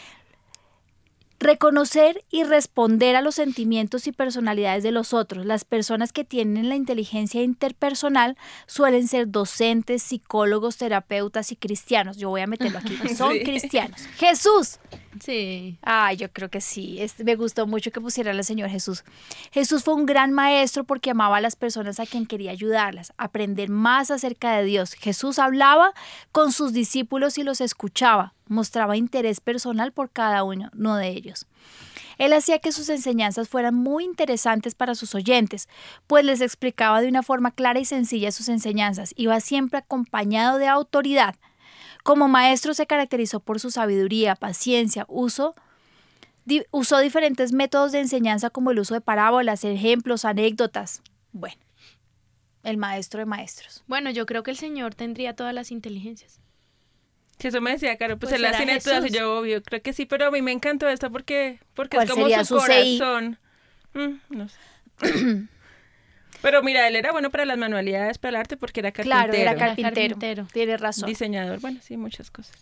Reconocer y responder a los sentimientos y personalidades de los otros. Las personas que tienen la inteligencia interpersonal suelen ser docentes, psicólogos, terapeutas y cristianos. Yo voy a meterlo aquí. Son Sí. cristianos. Jesús. Sí. Ay, yo creo que sí. Me gustó mucho que pusieran al Señor Jesús. Jesús fue un gran maestro porque amaba a las personas a quien quería ayudarlas, aprender más acerca de Dios. Jesús hablaba con sus discípulos y los escuchaba, mostraba interés personal por cada uno de ellos. Él hacía que sus enseñanzas fueran muy interesantes para sus oyentes, pues les explicaba de una forma clara y sencilla sus enseñanzas. Iba siempre acompañado de autoridad. Como maestro se caracterizó por su sabiduría, paciencia, usó diferentes métodos de enseñanza como el uso de parábolas, ejemplos, anécdotas. Bueno, el maestro de maestros. Bueno, yo creo que el Señor tendría todas las inteligencias. Si eso me decía, Caro, pues Pues él las será tiene todas y Jesús. yo obvio, creo que sí, pero a mí me encantó esta porque ¿Cuál es como sería su su CI? corazón. No sé. Pero mira, él era bueno para las manualidades, para el arte, porque era carpintero. Claro, era Era carpintero. carpintero. Tienes razón. Diseñador, bueno, sí, muchas cosas.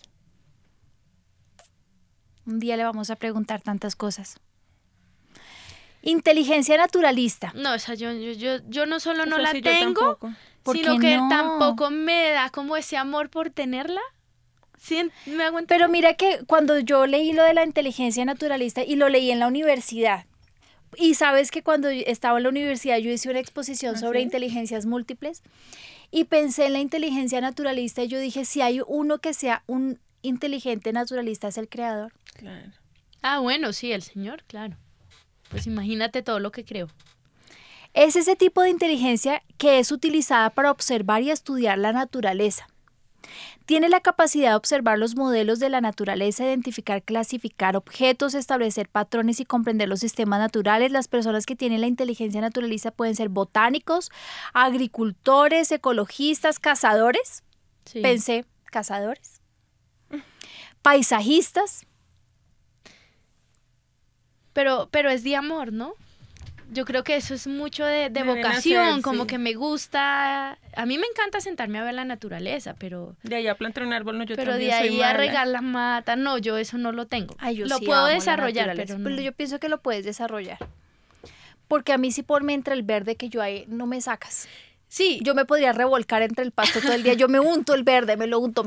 Un día le vamos a preguntar tantas cosas. Inteligencia naturalista. No, o sea, yo no solo no Eso la sí, yo tengo, tampoco. ¿Por sino qué que no? tampoco me da como ese amor por tenerla. ¿Sí? ¿Me hago entender? Pero mira que cuando yo leí lo de la inteligencia naturalista y lo leí en la universidad, y sabes que cuando estaba en la universidad yo hice una exposición sobre sí? inteligencias múltiples y pensé en la inteligencia naturalista y yo dije, si hay uno que sea un inteligente naturalista es el creador. Claro. Ah, bueno, sí, el señor, claro. Pues imagínate todo lo que creo. Es ese tipo de inteligencia que es utilizada para observar y estudiar la naturaleza. Tiene la capacidad de observar los modelos de la naturaleza, identificar, clasificar objetos, establecer patrones y comprender los sistemas naturales. Las personas que tienen la inteligencia naturalista pueden ser botánicos, agricultores, ecologistas, cazadores. Sí. Pensé, cazadores. Paisajistas. Pero es de amor, ¿no? Yo creo que eso es mucho de Debe vocación, nacer, como sí. que me gusta. A mí me encanta sentarme a ver la naturaleza, pero De ahí a plantar un árbol, no, yo de también soy ahí a mala. regar la mata, no, yo eso no lo tengo. Ay, yo lo sí puedo amo la desarrollar, naturaleza, pero no. yo pienso que lo puedes desarrollar. Porque a mí sí por me entra el verde que yo ahí no me sacas. Sí, Yo me podría revolcar entre el pasto todo el día. Yo me unto el verde, me lo unto.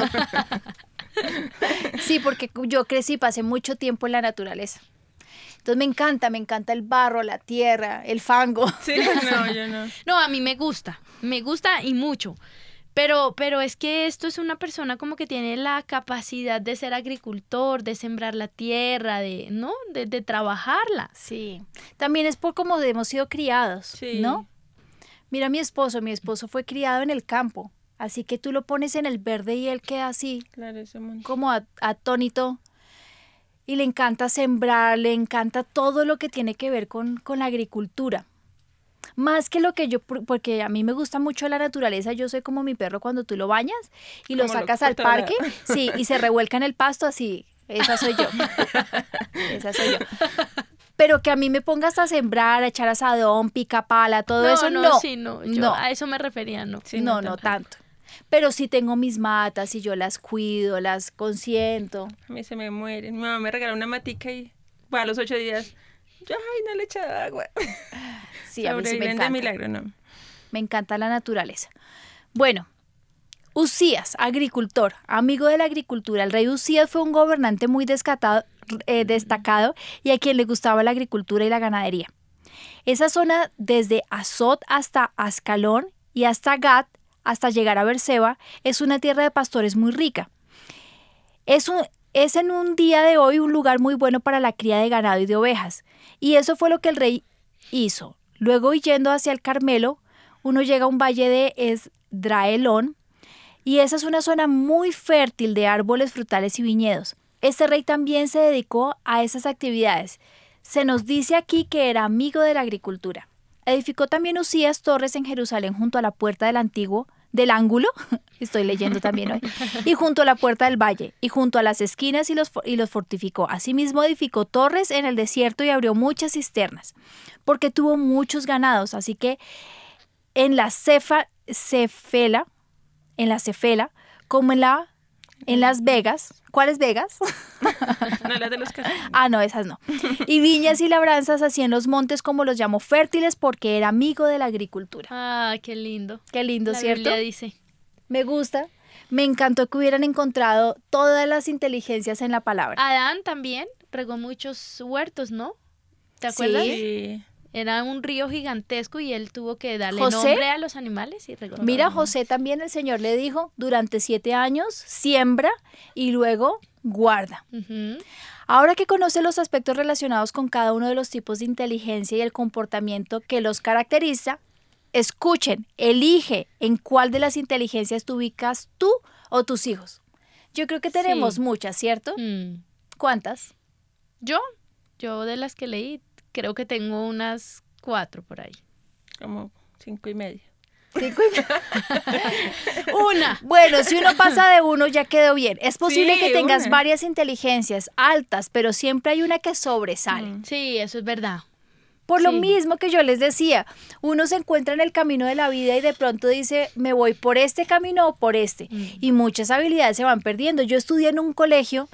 Sí, porque yo crecí, pasé mucho tiempo en la naturaleza. Entonces me encanta el barro, la tierra, el fango. Sí, no, yo no. no, a mí me gusta y mucho. Pero es que esto es una persona como que tiene la capacidad de ser agricultor, de sembrar la tierra, ¿no? De trabajarla. Sí, también es por cómo hemos sido criados, Sí. ¿no? Mira mi esposo fue criado en el campo, así que tú lo pones en el verde y él queda así, Claro, eso es como atónito. Y le encanta sembrar, le encanta todo lo que tiene que ver con la agricultura. Más que lo que porque a mí me gusta mucho la naturaleza, yo soy como mi perro cuando tú lo bañas y lo Como sacas loco al por todo parque, sí, y se revuelca en el pasto así, esa soy yo. Esa soy yo. Pero que a mí me pongas a sembrar, a echar asadón, pica pala, todo eso, no. Sí, no, yo No. a eso me refería, no. Sí, no tampoco. tanto. Pero sí tengo mis matas y yo las cuido, las consiento. A mí se me mueren. Mi mamá me regaló una matica y a los 8 días, yo, ay, no le he echado agua. Sí, a mí sí me Sobreviven de encanta. milagro, no. Me encanta la naturaleza. Bueno, Usías, agricultor, amigo de la agricultura. El rey Usías fue un gobernante muy destacado y a quien le gustaba la agricultura y la ganadería. Esa zona, desde Azot hasta Ascalón y hasta Gat, hasta llegar a Berseba, es una tierra de pastores muy rica. Es en un día de hoy un lugar muy bueno para la cría de ganado y de ovejas. Y eso fue lo que el rey hizo. Luego, yendo hacia el Carmelo, uno llega a un valle de Esdraelón, y esa es una zona muy fértil de árboles frutales y viñedos. Este rey también se dedicó a esas actividades. Se nos dice aquí que era amigo de la agricultura. Edificó también Usías torres en Jerusalén junto a la puerta del ángulo, estoy leyendo también hoy, y junto a la puerta del valle, y junto a las esquinas y los fortificó. Asimismo edificó torres en el desierto y abrió muchas cisternas, porque tuvo muchos ganados, así que en la Cefela, como en Las Vegas. ¿Cuáles Vegas? No, las de los casos. Ah, no, esas no. Y viñas y labranzas hacía en los montes, como los llamó, fértiles, porque era amigo de la agricultura. Ah, qué lindo. Qué lindo, La ¿cierto? Biblia dice. Me gusta. Me encantó que hubieran encontrado todas las inteligencias en la palabra. Adán también regó muchos huertos, ¿no? ¿Te acuerdas? Sí. Era un río gigantesco y él tuvo que darle ¿José? nombre a los animales y regó. Mira, José también el Señor le dijo, durante 7 años siembra y luego guarda. Ujú. Ahora que conoce los aspectos relacionados con cada uno de los tipos de inteligencia y el comportamiento que los caracteriza, escuchen, elige en cuál de las inteligencias te ubicas tú o tus hijos. Yo creo que tenemos Sí. muchas, ¿cierto? Mm. ¿Cuántas? Yo de las que leí, creo que tengo unas 4 por ahí. Como 5:30. 5 Una. Bueno, si uno pasa de uno ya quedó bien. Es posible Sí, que tengas una. varias inteligencias altas, pero siempre hay una que sobresale. Mm. Sí, eso es verdad. Por lo Sí. mismo que yo les decía, uno se encuentra en el camino de la vida y de pronto dice, me voy por este camino o por este. Y muchas habilidades se van perdiendo. Yo estudié en un colegio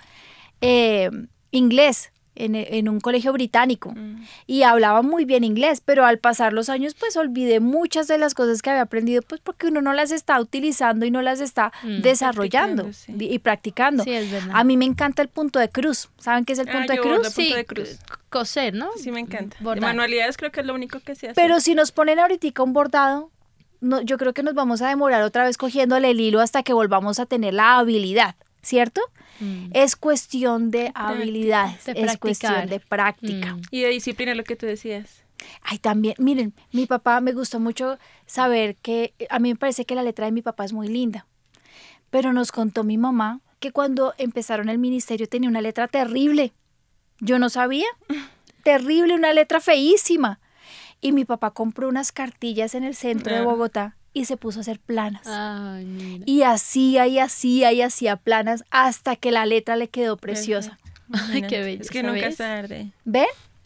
inglés, en un colegio británico, y hablaba muy bien inglés, pero al pasar los años pues olvidé muchas de las cosas que había aprendido, pues porque uno no las está utilizando y no las está desarrollando Practicando, sí. y practicando. Sí, es verdad. A mí me encanta el punto de cruz. ¿Saben qué es el punto de yo cruz? bordo punto de cruz. Coser, ¿no? Sí, me encanta. De Bordar. manualidades creo que es lo único que se hace. Pero si nos ponen ahorita un bordado, no, yo creo que nos vamos a demorar otra vez cogiéndole el hilo hasta que volvamos a tener la habilidad, ¿cierto? Es cuestión de habilidades, de es cuestión practicar. de práctica. Y de disciplina, lo que tú decías. Ay, también, miren, mi papá, me gustó mucho saber que, a mí me parece que la letra de mi papá es muy linda, pero nos contó mi mamá que cuando empezaron el ministerio tenía una letra terrible. Yo no sabía, terrible, una letra feísima. Y mi papá compró unas cartillas en el centro de Bogotá y se puso a hacer planas. Ay, mira. Y hacía planas hasta que la letra le quedó preciosa. Ay, qué Es belleza, que nunca ¿ves? es tarde. ¿Ven?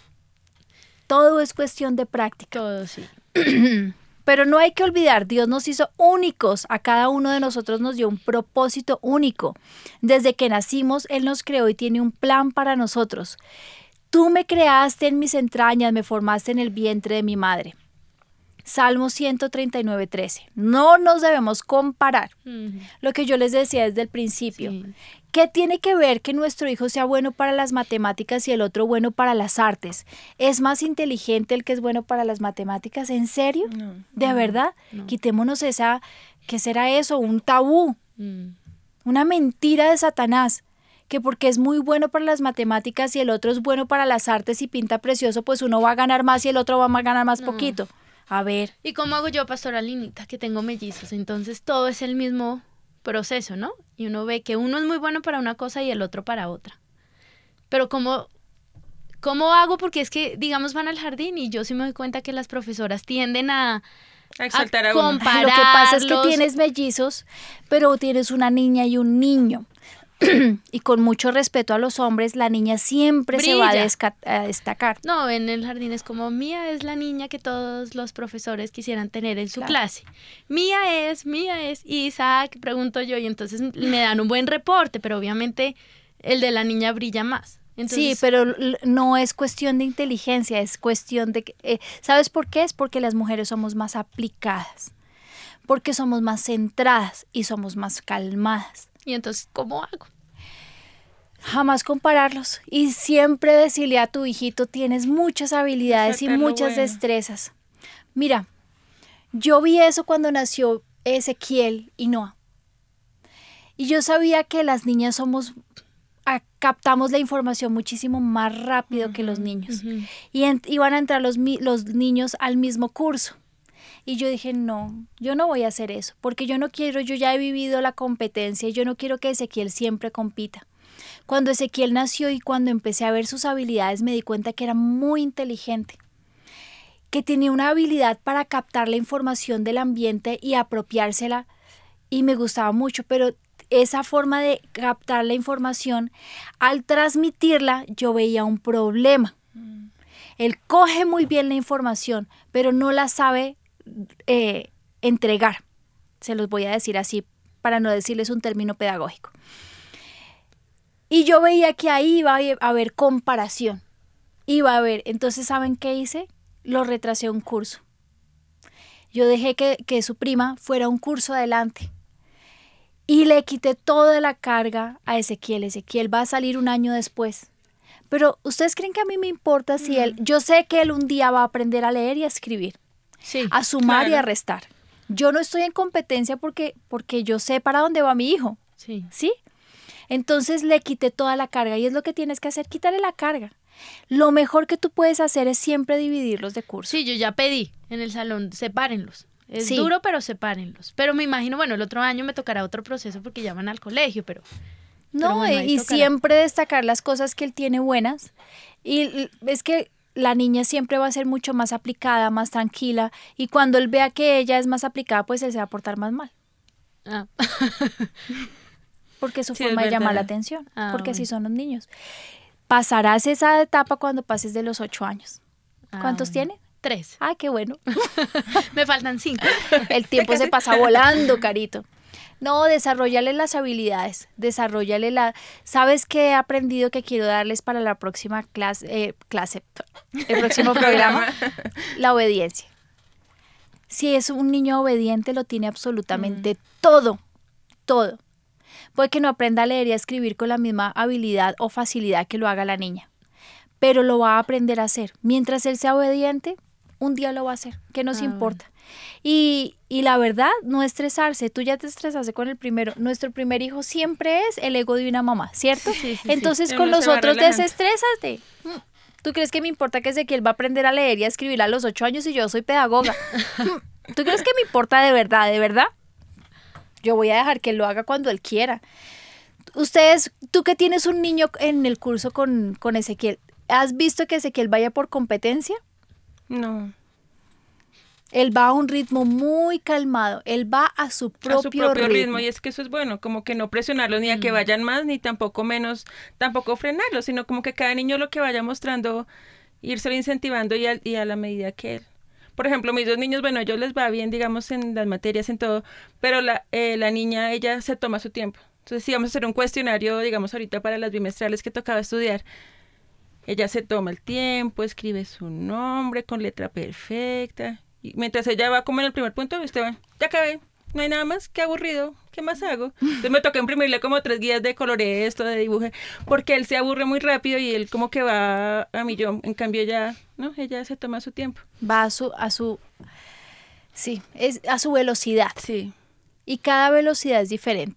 Todo es cuestión de práctica. Todo, sí. Pero no hay que olvidar, Dios nos hizo únicos, a cada uno de nosotros nos dio un propósito único. Desde que nacimos, Él nos creó y tiene un plan para nosotros. Tú me creaste en mis entrañas, me formaste en el vientre de mi madre. Salmo 139:13. No nos debemos comparar. Lo que yo les decía desde el principio. Sí. ¿Qué tiene que ver que nuestro hijo sea bueno para las matemáticas y el otro bueno para las artes? ¿Es más inteligente el que es bueno para las matemáticas? ¿En serio? No, ¿De verdad? Quitémonos esa, ¿qué será eso? Un tabú, una mentira de Satanás. Que porque es muy bueno para las matemáticas y el otro es bueno para las artes y pinta precioso, pues uno va a ganar más y el otro va a ganar más poquito. A ver, ¿Y cómo hago yo, pastora Linita, que tengo mellizos? Entonces todo es el mismo proceso, ¿no? Y uno ve que uno es muy bueno para una cosa y el otro para otra. Pero ¿cómo hago? Porque es que, digamos, van al jardín y yo sí me doy cuenta que las profesoras tienden a exaltar a uno. comparar. lo que pasa es que tienes mellizos, pero tienes una niña y un niño. Y con mucho respeto a los hombres, la niña siempre se va a Brilla. destacar. No, en el jardín es como, Mía es la niña que todos los profesores quisieran tener en su Claro. clase. Mía es, y Isaac, pregunto yo, y entonces me dan un buen reporte, pero obviamente el de la niña brilla más. Entonces, Sí, pero no es cuestión de inteligencia, es cuestión de... ¿Sabes por qué? Es porque las mujeres somos más aplicadas, porque somos más centradas y somos más calmadas. ¿Y entonces cómo hago? Jamás compararlos y siempre decirle a tu hijito, tienes muchas habilidades y Resaltar lo muchas bueno. destrezas. Mira, yo vi eso cuando nació Ezequiel y Noah. Y yo sabía que las niñas captamos la información muchísimo más rápido que los niños. Y iban a entrar los niños al mismo curso. Y yo dije, no, yo no voy a hacer eso, porque yo no quiero, yo ya he vivido la competencia y yo no quiero que Ezequiel siempre compita. Cuando Ezequiel nació y cuando empecé a ver sus habilidades me di cuenta que era muy inteligente, que tenía una habilidad para captar la información del ambiente y apropiársela y me gustaba mucho, pero esa forma de captar la información, al transmitirla yo veía un problema. Él coge muy bien la información, pero no la sabe entregar. Se los voy a decir así para no decirles un término pedagógico. Y yo veía que ahí iba a haber comparación. Iba a haber. Entonces, ¿saben qué hice? Lo retrasé un curso. Yo dejé que su prima fuera un curso adelante. Y le quité toda la carga a Ezequiel. Ezequiel va a salir un año después. Pero, ¿ustedes creen que a mí me importa si él... Yo sé que él un día va a aprender a leer y a escribir. Sí, A sumar y a claro. restar. Yo no estoy en competencia porque yo sé para dónde va mi hijo. sí. ¿Sí? Entonces le quité toda la carga y es lo que tienes que hacer, quitarle la carga. Lo mejor que tú puedes hacer es siempre dividirlos de curso. Sí, yo ya pedí en el salón, sepárenlos. Es Sí. duro, pero sepárenlos. Pero me imagino, bueno, el otro año me tocará otro proceso porque ya van al colegio, pero No, bueno, ahí y tocará. siempre destacar las cosas que él tiene buenas. Y es que la niña siempre va a ser mucho más aplicada, más tranquila. Y cuando él vea que ella es más aplicada, pues él se va a portar más mal. Ah. Porque es su Sí, forma es de llamar la verdad. atención. Ah, porque así bueno. son los niños. Pasarás esa etapa cuando pases de los 8 años. ¿Cuántos tiene? 3. Ah, qué bueno. Me faltan 5. El tiempo se pasa volando, Carito. No, desarrollale las habilidades, ¿Sabes qué he aprendido que quiero darles para la próxima clase, el próximo programa? La obediencia. Si es un niño obediente, lo tiene absolutamente todo. Puede que no aprenda a leer y a escribir con la misma habilidad o facilidad que lo haga la niña, pero lo va a aprender a hacer. Mientras él sea obediente, un día lo va a hacer, ¿qué nos importa? Y la verdad, no estresarse. Tú ya te estresaste con el primero. Nuestro primer hijo siempre es el ego de una mamá, ¿cierto? Sí. Entonces sí. con Uno los se va otros relajando. desestrésate. ¿Tú crees que me importa que Ezequiel va a aprender a leer y a escribir a los 8 años y yo soy pedagoga? ¿Tú crees que me importa de verdad, de verdad? Yo voy a dejar que él lo haga cuando él quiera. Ustedes, tú que tienes un niño en el curso con Ezequiel, ¿has visto que Ezequiel vaya por competencia? No. Él va a un ritmo muy calmado, él va a su propio ritmo. Y es que eso es bueno, como que no presionarlos ni a que vayan más, ni tampoco frenarlos, sino como que cada niño lo que vaya mostrando, irse incentivando y a la medida que él. Por ejemplo, mis 2 niños, bueno, a ellos les va bien, digamos, en las materias, en todo, pero la niña, ella se toma su tiempo. Entonces, si vamos a hacer un cuestionario, digamos, ahorita para las bimestrales que tocaba estudiar, ella se toma el tiempo, escribe su nombre con letra perfecta. Y mientras ella va como en el primer punto, Esteban, ya acabé, no hay nada más, qué aburrido, ¿qué más hago? Entonces me toca imprimirle como 3 guías de coloré esto, de dibuje, porque él se aburre muy rápido y él como que va a millón. En cambio ella, ¿no? Ella se toma su tiempo. Va a su velocidad. Sí. Y cada velocidad es diferente.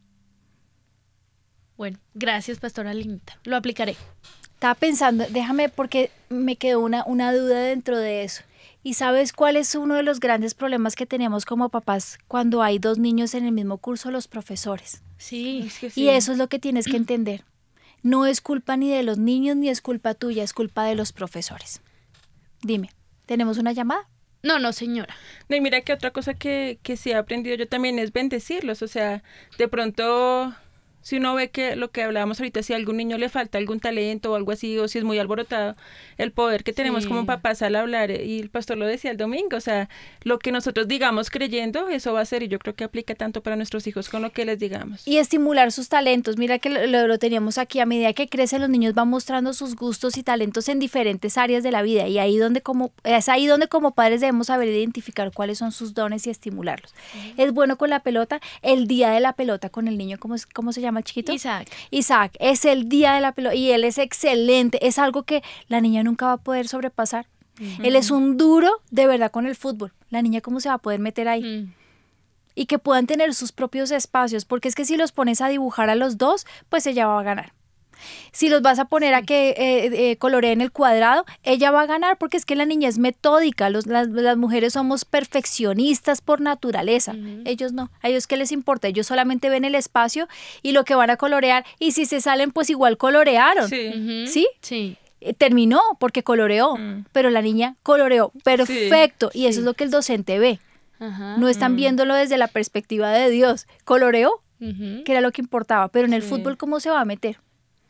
Bueno, gracias, pastora Linita. Lo aplicaré. Estaba pensando, déjame porque me quedó una duda dentro de eso. ¿Y sabes cuál es uno de los grandes problemas que tenemos como papás cuando hay 2 niños en el mismo curso? Los profesores. Sí. Es que sí. Y eso es lo que tienes que entender. No es culpa ni de los niños ni es culpa tuya, es culpa de los profesores. Dime, ¿tenemos una llamada? No, señora. No, y mira que otra cosa que sí he aprendido yo también es bendecirlos. O sea, de pronto, si uno ve que lo que hablábamos ahorita, si a algún niño le falta algún talento o algo así, o si es muy alborotado, el poder que tenemos Sí. como papás al hablar, y el pastor lo decía el domingo, o sea, lo que nosotros digamos creyendo, eso va a ser, y yo creo que aplica tanto para nuestros hijos con lo que les digamos. Y estimular sus talentos. Mira que lo teníamos aquí. A medida que crecen, los niños van mostrando sus gustos y talentos en diferentes áreas de la vida. Y es ahí donde como padres debemos saber identificar cuáles son sus dones y estimularlos. Es bueno con la pelota. El día de la pelota con el niño, ¿cómo se llama el chiquito? Isaac, es el día de la pelota y él es excelente. Es algo que la niña nunca va a poder sobrepasar. Él es un duro de verdad con el fútbol. La niña, ¿cómo se va a poder meter ahí? Y que puedan tener sus propios espacios, porque es que si los pones a dibujar a los 2, pues ella va a ganar. Si los vas a poner a que coloreen el cuadrado, ella va a ganar, porque es que la niña es metódica. Las mujeres somos perfeccionistas por naturaleza. Ellos no. ¿A ellos qué les importa? Ellos solamente ven el espacio y lo que van a colorear, y si se salen, pues igual colorearon. Sí. ¿Sí? Sí. Terminó porque coloreó, pero la niña coloreó perfecto, y eso es lo que el docente ve. Ajá. No están viéndolo desde la perspectiva de Dios. Coloreó, Ujú. que era lo que importaba, pero en el Sí. fútbol, ¿cómo se va a meter?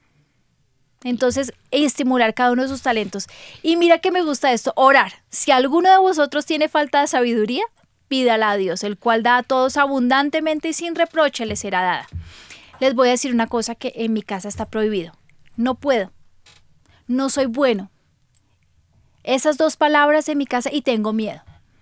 Entonces, estimular cada uno de sus talentos. Y mira que me gusta esto, orar. Si alguno de vosotros tiene falta de sabiduría, pídala a Dios, el cual da a todos abundantemente y sin reproche le será dada. Les voy a decir una cosa que en mi casa está prohibido. No puedo. No soy bueno. Esas 2 palabras en mi casa, y tengo miedo.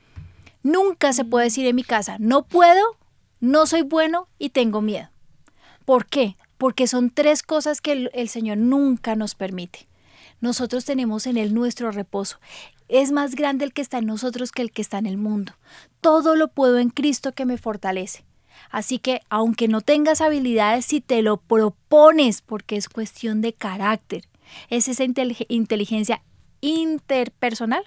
Nunca se puede decir en mi casa, no puedo, no soy bueno y tengo miedo. ¿Por qué? Porque son 3 cosas que el Señor nunca nos permite. Nosotros tenemos en Él nuestro reposo. Es más grande el que está en nosotros que el que está en el mundo. Todo lo puedo en Cristo que me fortalece. Así que, aunque no tengas habilidades, si te lo propones, porque es cuestión de carácter, es esa inteligencia intrapersonal,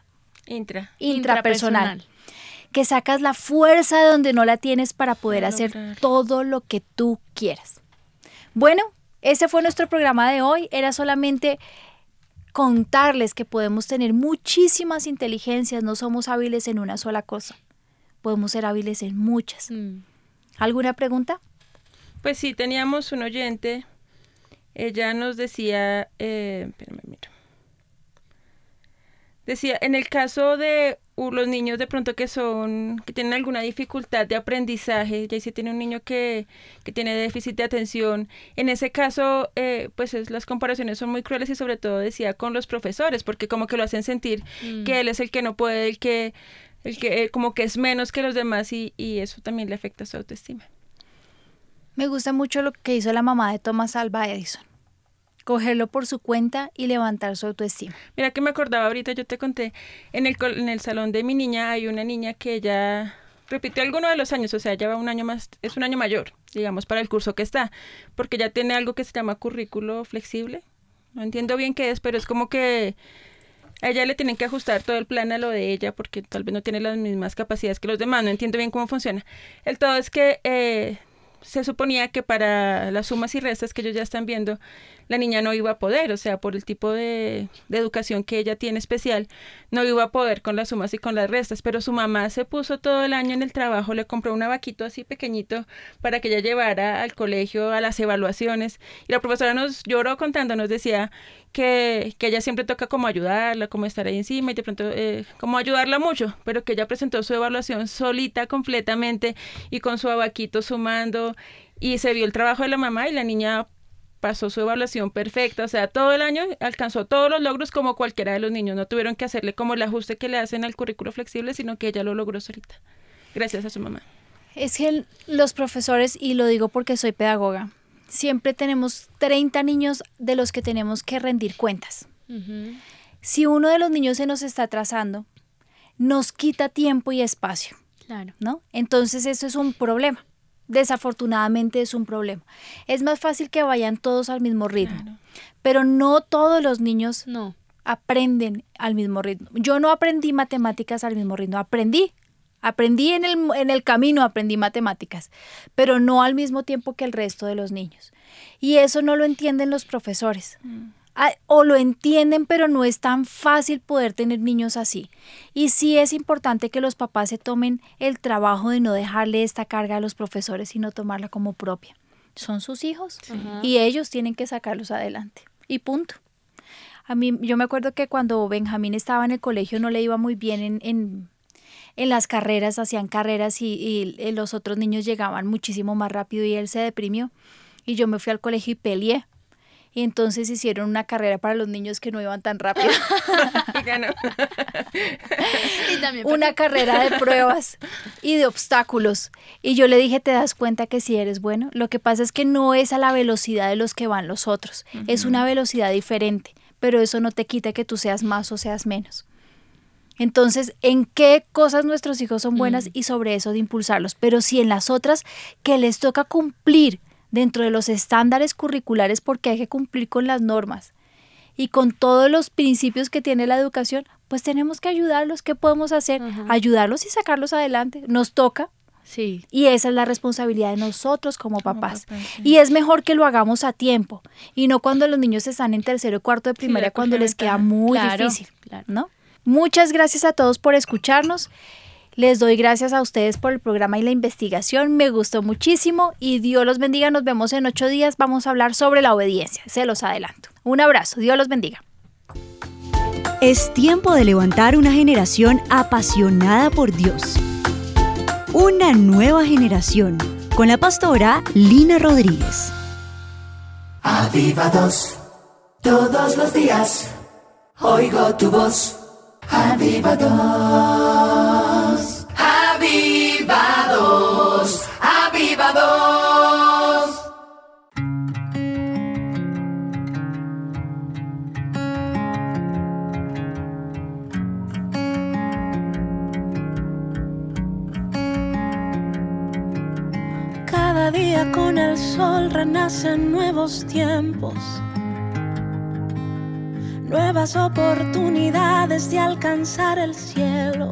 que sacas la fuerza de donde no la tienes para poder hacer todo lo que tú quieras. Bueno, ese fue nuestro programa de hoy. Era solamente contarles que podemos tener muchísimas inteligencias, no somos hábiles en una sola cosa, podemos ser hábiles en muchas. ¿Alguna pregunta? Pues sí, teníamos un oyente, ella nos decía, espérame, mira. decía, en el caso de los niños de pronto que tienen alguna dificultad de aprendizaje, ya si tiene un niño que tiene déficit de atención, en ese caso, las comparaciones son muy crueles y sobre todo decía con los profesores, porque como que lo hacen sentir que él es el que no puede, el que como que es menos que los demás y eso también le afecta a su autoestima. Me gusta mucho lo que hizo la mamá de Thomas Alva Edison. Cogerlo por su cuenta y levantar su autoestima. Mira que me acordaba ahorita, yo te conté, en el salón de mi niña hay una niña que ella repitió alguno de los años, o sea, ya va un año más, es un año mayor, digamos, para el curso que está, porque ya tiene algo que se llama currículo flexible. No entiendo bien qué es, pero es como que a ella le tienen que ajustar todo el plan a lo de ella, porque tal vez no tiene las mismas capacidades que los demás, no entiendo bien cómo funciona. El todo es que se suponía que para las sumas y restas que ellos ya están viendo, la niña no iba a poder, o sea, por el tipo de educación que ella tiene especial, no iba a poder con las sumas y con las restas, pero su mamá se puso todo el año en el trabajo, le compró un abaquito así pequeñito para que ella llevara al colegio a las evaluaciones, y la profesora nos lloró contándonos, decía que ella siempre toca como ayudarla, como estar ahí encima y de pronto como ayudarla mucho, pero que ella presentó su evaluación solita completamente y con su abaquito sumando, y se vio el trabajo de la mamá y la niña pasó su evaluación perfecta, o sea, todo el año alcanzó todos los logros como cualquiera de los niños, no tuvieron que hacerle como el ajuste que le hacen al currículo flexible, sino que ella lo logró solita, gracias a su mamá. Es que los profesores, y lo digo porque soy pedagoga, siempre tenemos 30 niños de los que tenemos que rendir cuentas. Uh-huh. Si uno de los niños se nos está atrasando, nos quita tiempo y espacio, claro, ¿no? Entonces eso es un problema. Desafortunadamente es un problema. Es más fácil que vayan todos al mismo ritmo, claro, pero no todos los niños aprenden al mismo ritmo. Yo no aprendí matemáticas al mismo ritmo, aprendí en el camino, aprendí matemáticas, pero no al mismo tiempo que el resto de los niños. Y eso no lo entienden los profesores. O lo entienden, pero no es tan fácil poder tener niños así. Y sí es importante que los papás se tomen el trabajo de no dejarle esta carga a los profesores, sino tomarla como propia. Son sus hijos, sí, y ellos tienen que sacarlos adelante. Y punto. Yo me acuerdo que cuando Benjamín estaba en el colegio no le iba muy bien en las carreras, hacían carreras y los otros niños llegaban muchísimo más rápido y él se deprimió. Y yo me fui al colegio y peleé. Y entonces hicieron una carrera para los niños que no iban tan rápido. Y ganó. Una carrera de pruebas y de obstáculos. Y yo le dije, ¿te das cuenta que sí eres bueno? Lo que pasa es que no es a la velocidad de los que van los otros. Uh-huh. Es una velocidad diferente, pero eso no te quita que tú seas más o seas menos. Entonces, ¿en qué cosas nuestros hijos son buenas? Y sobre eso de impulsarlos. Pero si en las otras que les toca cumplir dentro de los estándares curriculares, porque hay que cumplir con las normas y con todos los principios que tiene la educación, pues tenemos que ayudarlos. ¿Qué podemos hacer? Uh-huh. Ayudarlos y sacarlos adelante. Nos toca. Sí. Y esa es la responsabilidad de nosotros como papás. Sí. Y es mejor que lo hagamos a tiempo y no cuando los niños están en tercero y cuarto de primaria, cuando les queda muy difícil, ¿no? Muchas gracias a todos por escucharnos. Les doy gracias a ustedes por el programa y la investigación. Me gustó muchísimo y Dios los bendiga. Nos vemos en 8 días. Vamos a hablar sobre la obediencia. Se los adelanto. Un abrazo. Dios los bendiga. Es tiempo de levantar una generación apasionada por Dios. Una nueva generación con la pastora Lina Rodríguez. Avivados, todos los días oigo tu voz. Avivados, avivados, avivados. Cada día con el sol renacen nuevos tiempos. Nuevas oportunidades de alcanzar el cielo,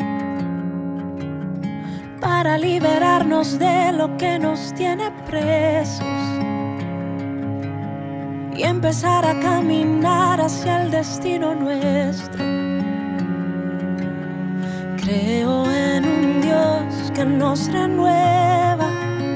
para liberarnos de lo que nos tiene presos y empezar a caminar hacia el destino nuestro. Creo en un Dios que nos renueva,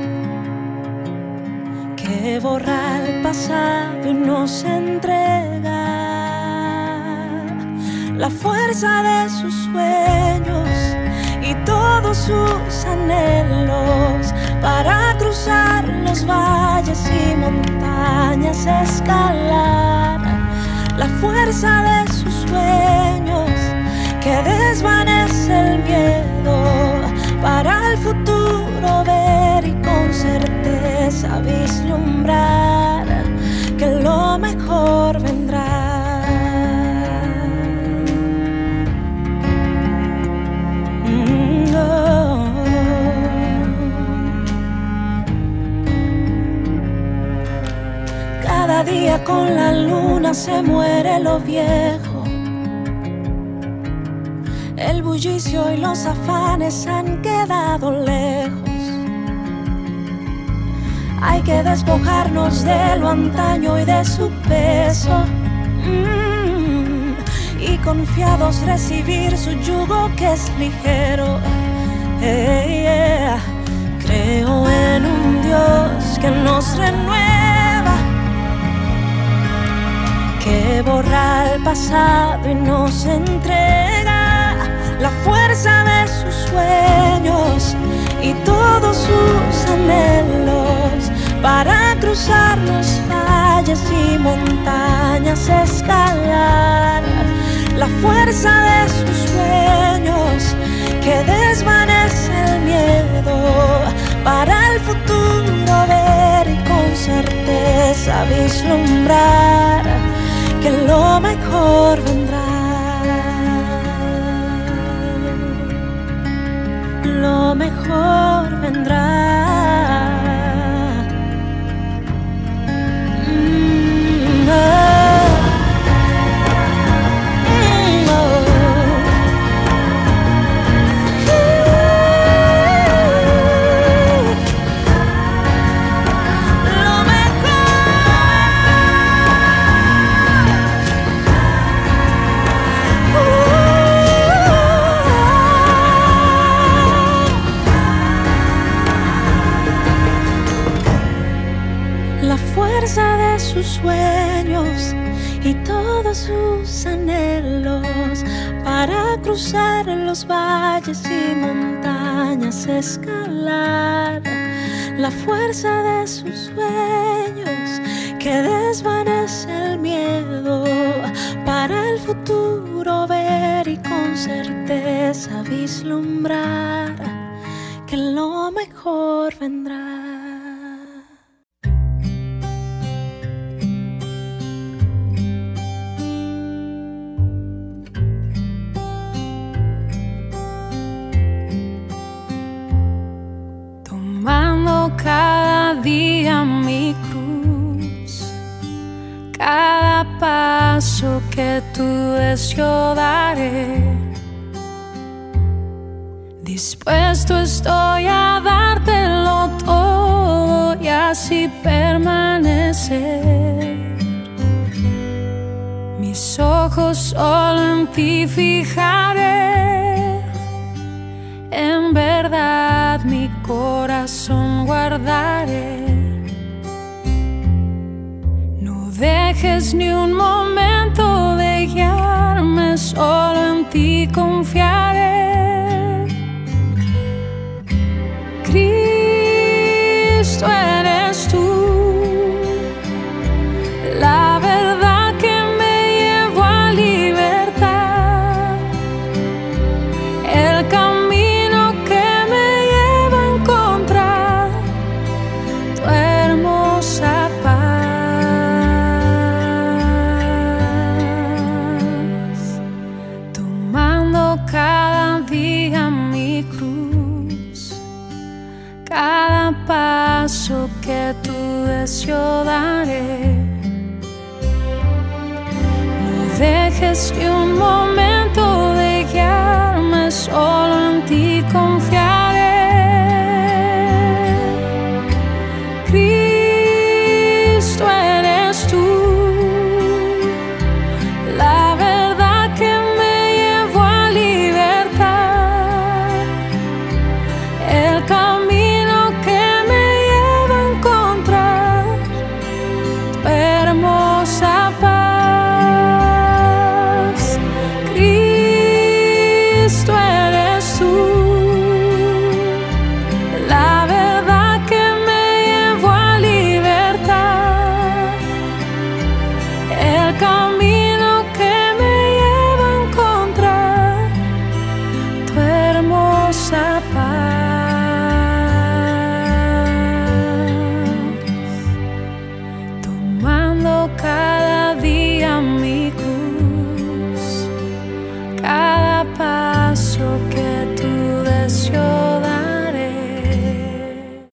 que borra el pasado y nos entrega la fuerza de sus sueños y todos sus anhelos para cruzar los valles y montañas, escalar la fuerza de sus sueños que desvanece el miedo para el futuro ver y con certeza vislumbrar que lo mejor vendrá. Cada día con la luna se muere lo viejo. El bullicio y los afanes han quedado lejos. Hay que despojarnos de lo antaño y de su peso, y confiados recibir su yugo que es ligero. Creo en un Dios que nos renueva, que borra el pasado y nos entrega la fuerza de sus sueños y todos sus anhelos para cruzar los valles y montañas, escalar la fuerza de sus sueños que desvanece el miedo para el futuro ver y con certeza vislumbrar que lo mejor vendrá. Lo mejor vendrá. De sus sueños y todos sus anhelos para cruzar los valles y montañas, escalar la fuerza de sus sueños que desvanece el miedo para el futuro ver y con certeza vislumbrar que lo mejor vendrá. Cada día mi cruz, cada paso que tú des yo daré. Dispuesto estoy a dártelo todo y así permanecer. Mis ojos solo en ti fijaré, en verdad mi corazón guardaré. No dejes ni un momento de guiarme, solo en ti confiaré. Cristo eres tú, la verdad que me llevó a libertad, el camino que me lleva a encontrar tu hermosa paz. Tomando cada día mi cruz, cada paso que tú des yo daré. No dejes que un momento